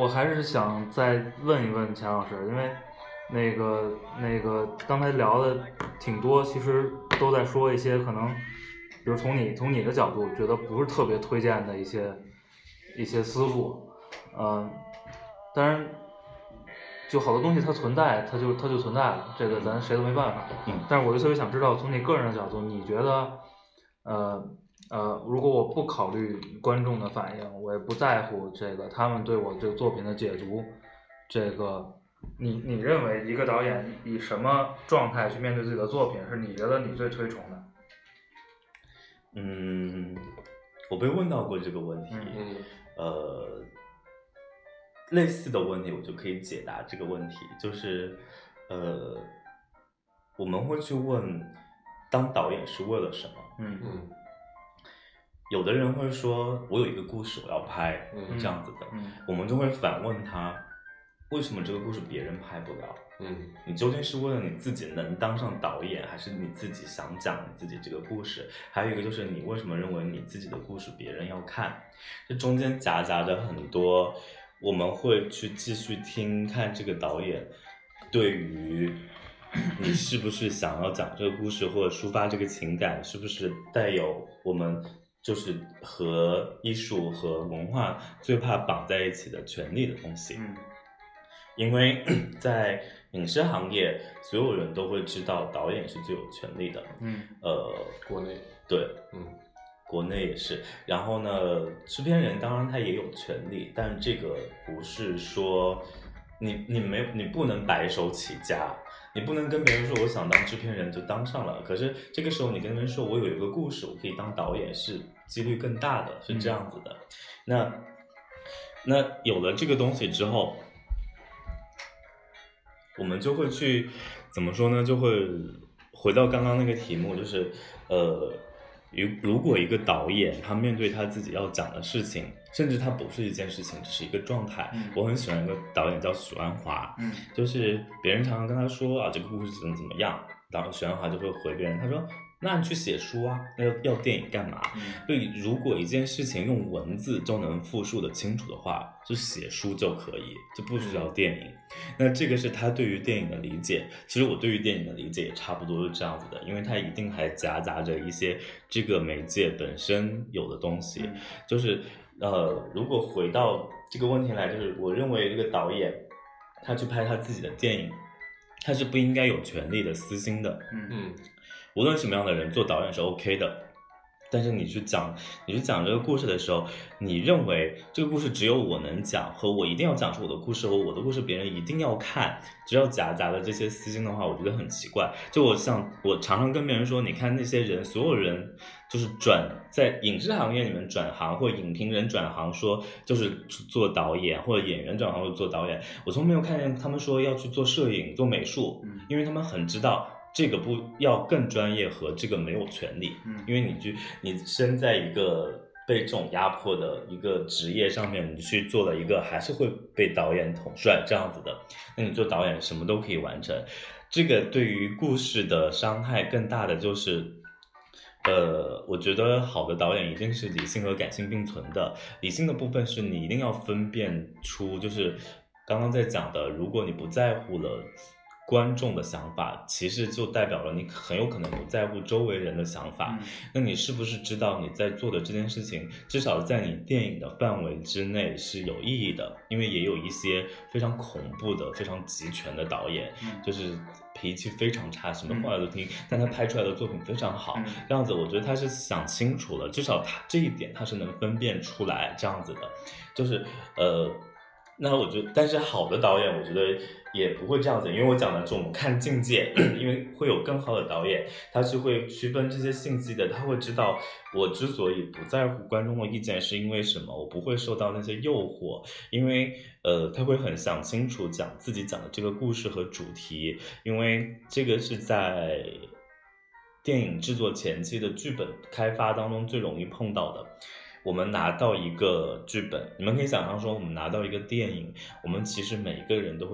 我还是想再问一问钱老师，因为那个那个刚才聊的挺多，其实都在说一些可能，比如从你从你的角度觉得不是特别推荐的一些一些思路，嗯，当然。就好多东西它存在，它就它就存在了，这个咱谁都没办法。
嗯，
但是我就特别想知道，从你个人的角度，你觉得，呃呃，如果我不考虑观众的反应，我也不在乎这个他们对我这个作品的解读，这个你你认为一个导演以什么状态去面对自己的作品，是你觉得你最推崇的？
嗯，我被问到过这个问题，
嗯
呃。类似的问题我就可以解答这个问题，就是呃我们会去问当导演是为了什么。
嗯
嗯，
有的人会说我有一个故事我要拍，
嗯
这样子的，
嗯
我们就会反问他为什么这个故事别人拍不了。
嗯，
你究竟是为了你自己能当上导演，还是你自己想讲你自己这个故事？还有一个就是你为什么认为你自己的故事别人要看？这中间夹杂着很多我们会去继续听看这个导演对于你是不是想要讲这个故事或者抒发这个情感，是不是带有我们就是和艺术和文化最怕绑在一起的权利的东西。
嗯，
因为在影视行业，所有人都会知道导演是最有权利的。
嗯，
呃，
国内，
对，
嗯，
国内也是。然后呢，制片人当然他也有权利，但这个不是说你你没有你不能白手起家，你不能跟别人说我想当制片人就当上了。可是这个时候你跟别人说我有一个故事，我可以当导演，是几率更大的，是这样子的。嗯、那那有了这个东西之后，我们就会去怎么说呢？就会回到刚刚那个题目，就是呃，如如果一个导演他面对他自己要讲的事情，甚至他不是一件事情，只是一个状态。
嗯、
我很喜欢一个导演叫许鞍华，嗯，就是别人常常跟他说啊，这个故事怎么怎么样，然后许鞍华就会回别人，他说。那你去写书啊，那要要电影干嘛？所以、嗯、如果一件事情用文字就能复述的清楚的话，就写书就可以，就不需要电影。嗯、那这个是他对于电影的理解。其实我对于电影的理解也差不多是这样子的，因为它一定还夹杂着一些这个媒介本身有的东西。嗯、就是呃，如果回到这个问题来，就是我认为这个导演他去拍他自己的电影，他是不应该有权利的私心的。
嗯嗯。
无论什么样的人做导演是 OK 的，但是你去讲你去讲这个故事的时候，你认为这个故事只有我能讲，和我一定要讲出我的故事，和我的故事别人一定要看，只要夹杂的这些私心的话，我觉得很奇怪。就我像我常常跟别人说，你看那些人，所有人就是转在影视行业里面转行，或者影评人转行说就是做导演，或者演员转行或者做导演，我从没有看见他们说要去做摄影做美术，因为他们很知道这个不要更专业和这个没有权利，嗯，因为你去你身在一个被这种压迫的一个职业上面，你去做了一个还是会被导演统帅这样子的，那你做导演什么都可以完成。这个对于故事的伤害更大的就是，呃，我觉得好的导演一定是理性和感性并存的。理性的部分是你一定要分辨出，就是刚刚在讲的，如果你不在乎了观众的想法，其实就代表了你很有可能不在乎周围人的想法。嗯、那你是不是知道你在做的这件事情，至少在你电影的范围之内是有意义的？因为也有一些非常恐怖的、非常极权的导演，嗯、就是脾气非常差，什么话都听，嗯、但他拍出来的作品非常好。嗯、这样子，我觉得他是想清楚了，至少他这一点他是能分辨出来这样子的，就是呃。那我觉得，但是好的导演，我觉得也不会这样子，因为我讲的是我们看境界，因为会有更好的导演，他是会区分这些信息的，他会知道我之所以不在乎观众的意见是因为什么，我不会受到那些诱惑，因为呃，他会很想清楚讲自己讲的这个故事和主题，因为这个是在电影制作前期的剧本开发当中最容易碰到的。我们拿到一个剧本，你们可以想象说，我们拿到一个电影，我们其实每一个人都会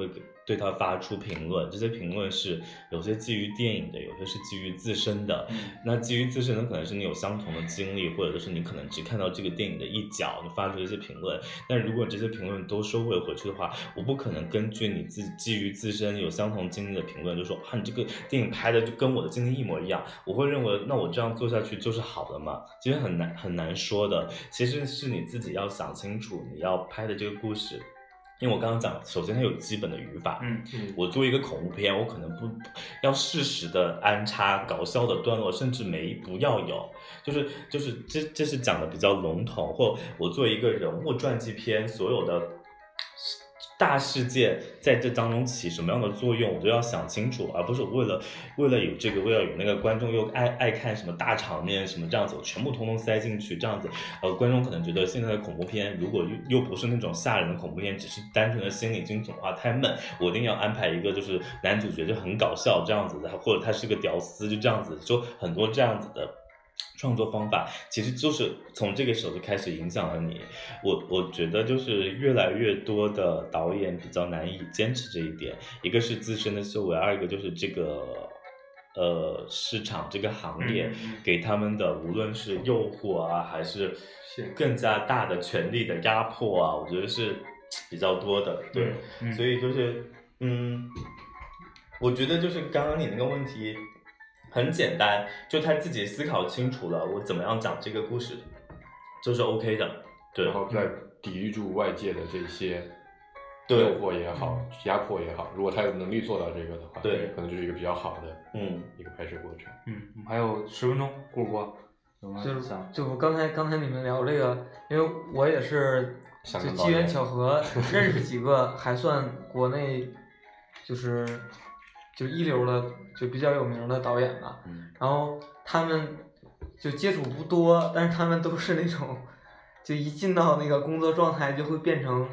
对他发出评论，这些评论是有些基于电影的，有些是基于自身的。
嗯、
那基于自身的可能是你有相同的经历，或者是你可能只看到这个电影的一角，你发出一些评论。但如果这些评论都收回回去的话，我不可能根据你自己基于自身有相同经历的评论，就说啊你这个电影拍的就跟我的经历一模一样，我会认为那我这样做下去就是好的嘛？其实很难很难说的，其实是你自己要想清楚你要拍的这个故事。因为我刚刚讲，首先它有基本的语法，
嗯
嗯，我作为一个恐怖片，我可能不要适时的安插搞笑的段落，甚至没不要有，就是就是这这是讲的比较笼统，或我作为一个人物传记片，所有的大事件在这当中起什么样的作用，我都要想清楚，而不是为了为了有这个，为了有那个观众又爱爱看什么大场面什么这样子，我全部通通塞进去，这样子，呃，观众可能觉得现在的恐怖片如果又又不是那种吓人的恐怖片，只是单纯的心理惊悚化太闷，我一定要安排一个就是男主角就很搞笑这样子的，或者他是个屌丝就这样子，就很多这样子的。创作方法其实就是从这个时候就开始影响了你，我我觉得就是越来越多的导演比较难以坚持这一点，一个是自身的修为，二一个就是这个呃市场这个行业给他们的无论是诱惑啊，还是更加大的权力的压迫啊，我觉得是比较多的，对，
嗯、
所以就是嗯，我觉得就是刚刚你那个问题。很简单，就他自己思考清楚了，我怎么样讲这个故事，就是 OK 的，对。
然后再抵御住外界的这些
诱
惑也好，压迫也好，如果他有能力做到这个的话，
对，
可能就是一个比较好的，
嗯，
一个拍摄过程。
嗯，还有十分钟，顾国有吗？
就是就我刚才刚才你们聊这个，因为我也是就机缘巧合认识几个还算国内就是就一流的就比较有名的导演吧，
嗯，
然后他们就接触不多，但是他们都是那种就一进到那个工作状态就会变成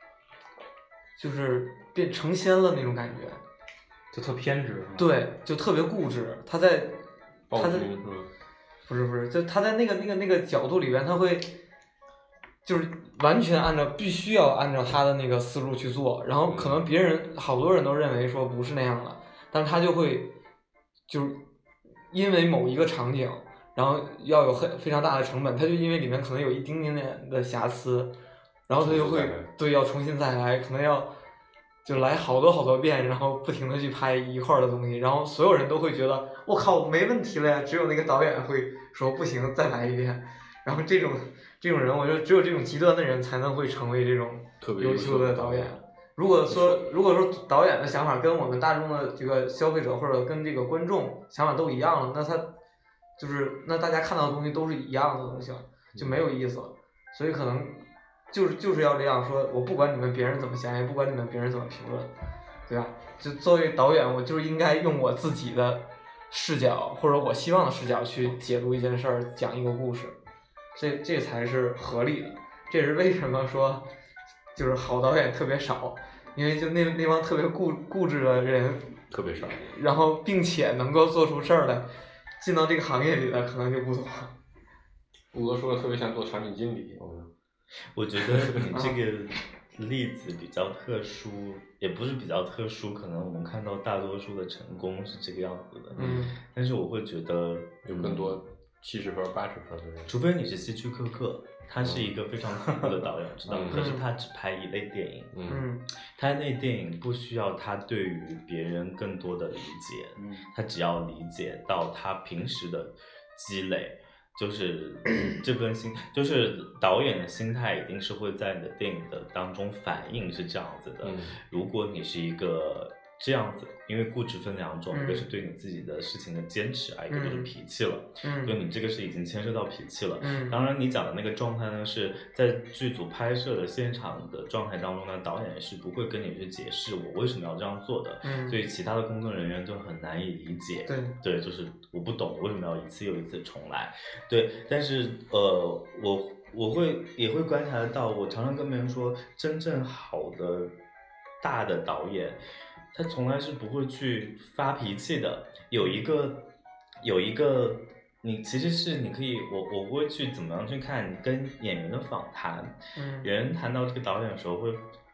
就是变成仙了那种感觉，
就特偏执，
对，就特别固执。他在他在不是不是，就他在那个那个那个角度里边，他会就是完全按照必须要按照他的那个思路去做，然后可能别人好多人都认为说不是那样的，但是他就会就是因为某一个场景，然后要有很非常大的成本，他就因为里面可能有一丁丁点的瑕疵，然后他就会对要重新再来，可能要就来好多好多遍，然后不停的去拍一块的东西，然后所有人都会觉得我靠没问题了呀，只有那个导演会说不行再来一遍，然后这种这种人，我觉得只有这种极端的人才能会成为这种优秀的导演。如果说如果说导演的想法跟我们大众的这个消费者或者跟这个观众想法都一样了，那他就是那大家看到的东西都是一样的东西了，就没有意思了。所以可能就是就是要这样说，我不管你们别人怎么想，也不管你们别人怎么评论，对吧？就作为导演，我就是应该用我自己的视角或者我希望的视角去解读一件事儿，讲一个故事，这这才是合理的。这也是为什么说就是好导演特别少，因为就那那帮特别固固执的人
特别少，
然后并且能够做出事儿来，进到这个行业里的可能就不多。
顾哥说的特别像做产品经理，嗯，
我觉得你这个例子比较特殊，也不是比较特殊，可能我们看到大多数的成功是这个样子的，
嗯，
但是我会觉得
有更多七十分、八十分的人，
除非你是希区柯克，他是一个非常恐怖的导演，知道吗？
嗯
可是他只拍一类电影，
嗯，
他那电影不需要他对于别人更多的理解，
嗯，
他只要理解到他平时的积累。就是这份心，就是导演的心态一定是会在你的电影的当中反映，是这样子的。
嗯，
如果你是一个这样子，因为固执分两种，
嗯、
一个是对你自己的事情的坚持，啊、嗯，一个就是脾气了。
嗯，
就你这个是已经牵涉到脾气了。
嗯，
当然你讲的那个状态呢，是在剧组拍摄的现场的状态当中呢，导演是不会跟你去解释我为什么要这样做的。
嗯，
所以其他的工作人员就很难以理解。
对，
对，就是我不懂为什么要一次又一次重来。对，但是呃，我我会也会观察得到，我常常跟别人说，真正好的大的导演，他从来是不会去发脾气的。有一个有一个，你其实是你可以，我我会去怎么样去看跟演员的访谈。
嗯，
演员谈到这个导演的时候会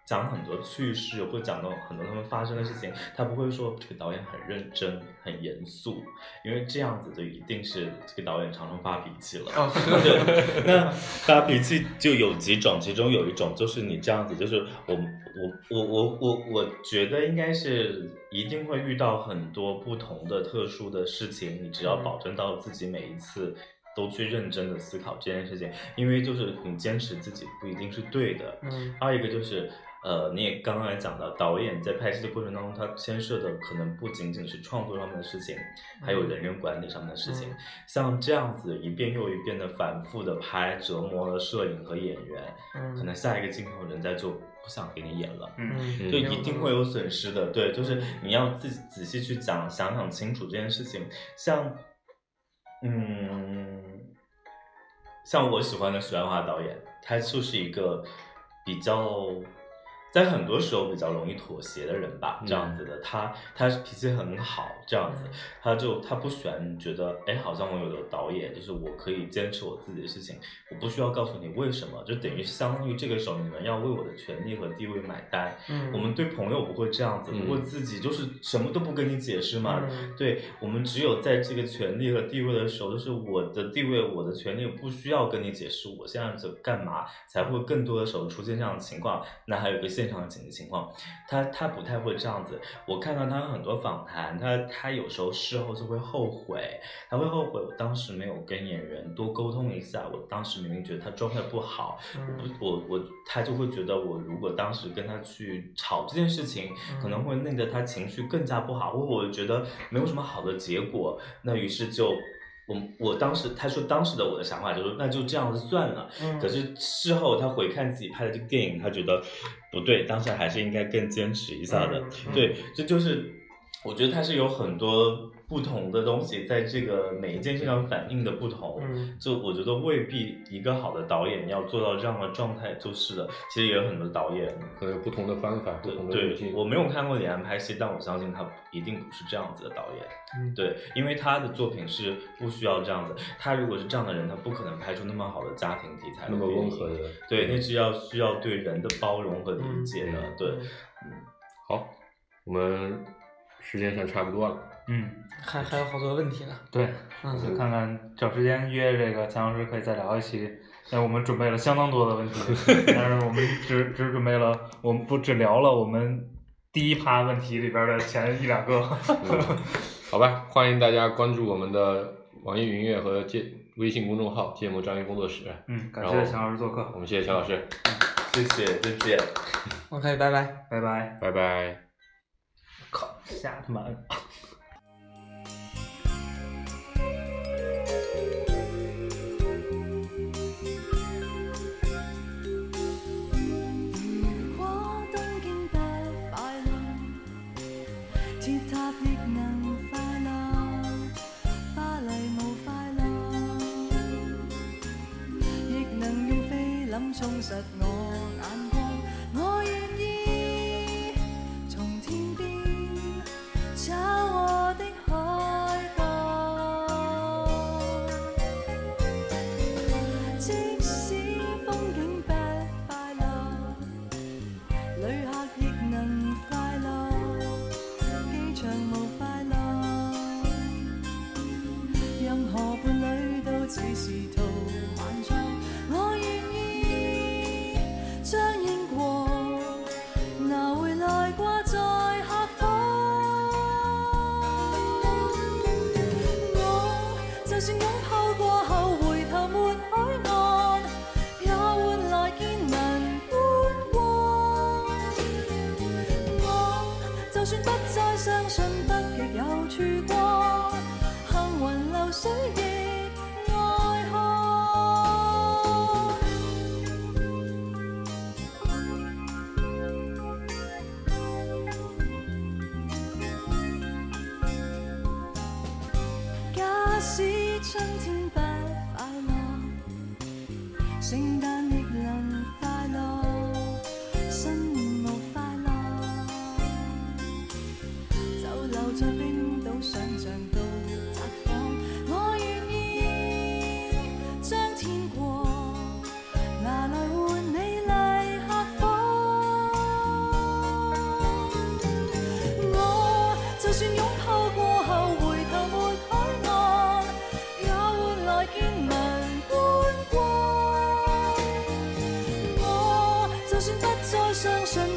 讲很多趣事，或者讲到很多他们发生的事情，他不会说这个导演很认真、很严肃，因为这样子就一定是这个导演常常发脾气了。
哦，
对，那发脾气就有几种，其中有一种就是你这样子，就是我我我我我我觉得应该是一定会遇到很多不同的特殊的事情，你只要保证到自己每一次都去认真的思考这件事情，因为就是你坚持自己不一定是对的。
嗯，
还有一个就是呃，你也刚刚也讲到，导演在拍戏的过程当中，他牵涉的可能不仅仅是创作上面的事情，还有人员管理上面的事情。
嗯、
像这样子一遍又一遍的反复的拍，折磨了摄影和演员，
嗯、
可能下一个镜头人家就不想给你演了，
嗯，
就一定会有损失的。对，就是你要自己仔细去讲，想想清楚这件事情。像，嗯，像我喜欢的许鞍华导演，他就是一个比较。在很多时候比较容易妥协的人吧，这样子的，他他脾气很好，这样子，他就他不喜欢觉得，哎，好像我有个导演，就是我可以坚持我自己的事情，我不需要告诉你为什么，就等于相当于这个时候你们要为我的权利和地位买单。嗯，我们对朋友不会这样子，不会自己就是什么都不跟你解释嘛。嗯、对，我们只有在这个权利和地位的时候，就是我的地位、我的权利不需要跟你解释，我现在在干嘛，才会更多的时候出现这样的情况。那还有一个现现场的紧急情况，他他不太会这样子。我看到他很多访谈，他他有时候事后就会后悔，他会后悔我当时没有跟演员多沟通一下，我当时明明觉得他状态不好，嗯、我我我他就会觉得我如果当时跟他去吵这件事情，嗯、可能会弄得他情绪更加不好，或我觉得没有什么好的结果，那于是就。我我当时他说当时的我的想法就是那就这样子算了，嗯、可是事后他回看自己拍的这个电影，他觉得不对，当时还是应该更坚持一下的。嗯、对，这就是我觉得他是有很多不同的东西在这个每一件事上反映的不同。嗯、就我觉得未必一个好的导演要做到这样的状态就是的，其实也有很多导演
可能有不同的方法，不同的路径。
我没有看过李安拍戏，但我相信他一定不是这样子的导演。嗯、对，因为他的作品是不需要这样子。他如果是这样的人，他不可能拍出那么好的家庭题材，
那么温和的。
对，那是要需要对人的包容和理解的。嗯、对，
嗯，好，我们时间上差不多了。
嗯，还还有好多问题呢。
对，嗯，就看看找时间约这个强老师可以再聊一期。但我们准备了相当多的问题，但是我们只只准备了，我们不只聊了我们第一趴问题里边的前一两个。
嗯、好吧，欢迎大家关注我们的网易云音乐和芥微信公众号“芥末章鱼工作室”。
嗯，感谢强老师做客。
我们谢谢强老师，
谢谢，再见。
OK， 拜拜，
拜拜，
拜拜。
靠，吓他妈！
充實我眼光，我願意從天邊找我的海角。即使風景不快樂，旅客亦能快樂，機場無快樂，任何伴侶都只是途漫長。我願將英國拿回來掛在客房，我就算擁抱過後回頭沒海岸，也換來見聞觀光。我就算不再相信北極有曙光，幸運流水亦愛看。假使春天不快樂，聖誕亦能快樂，新年無快樂，就留在冰島想像到札幌。我願意將天國拿來換你嚟客房。 相信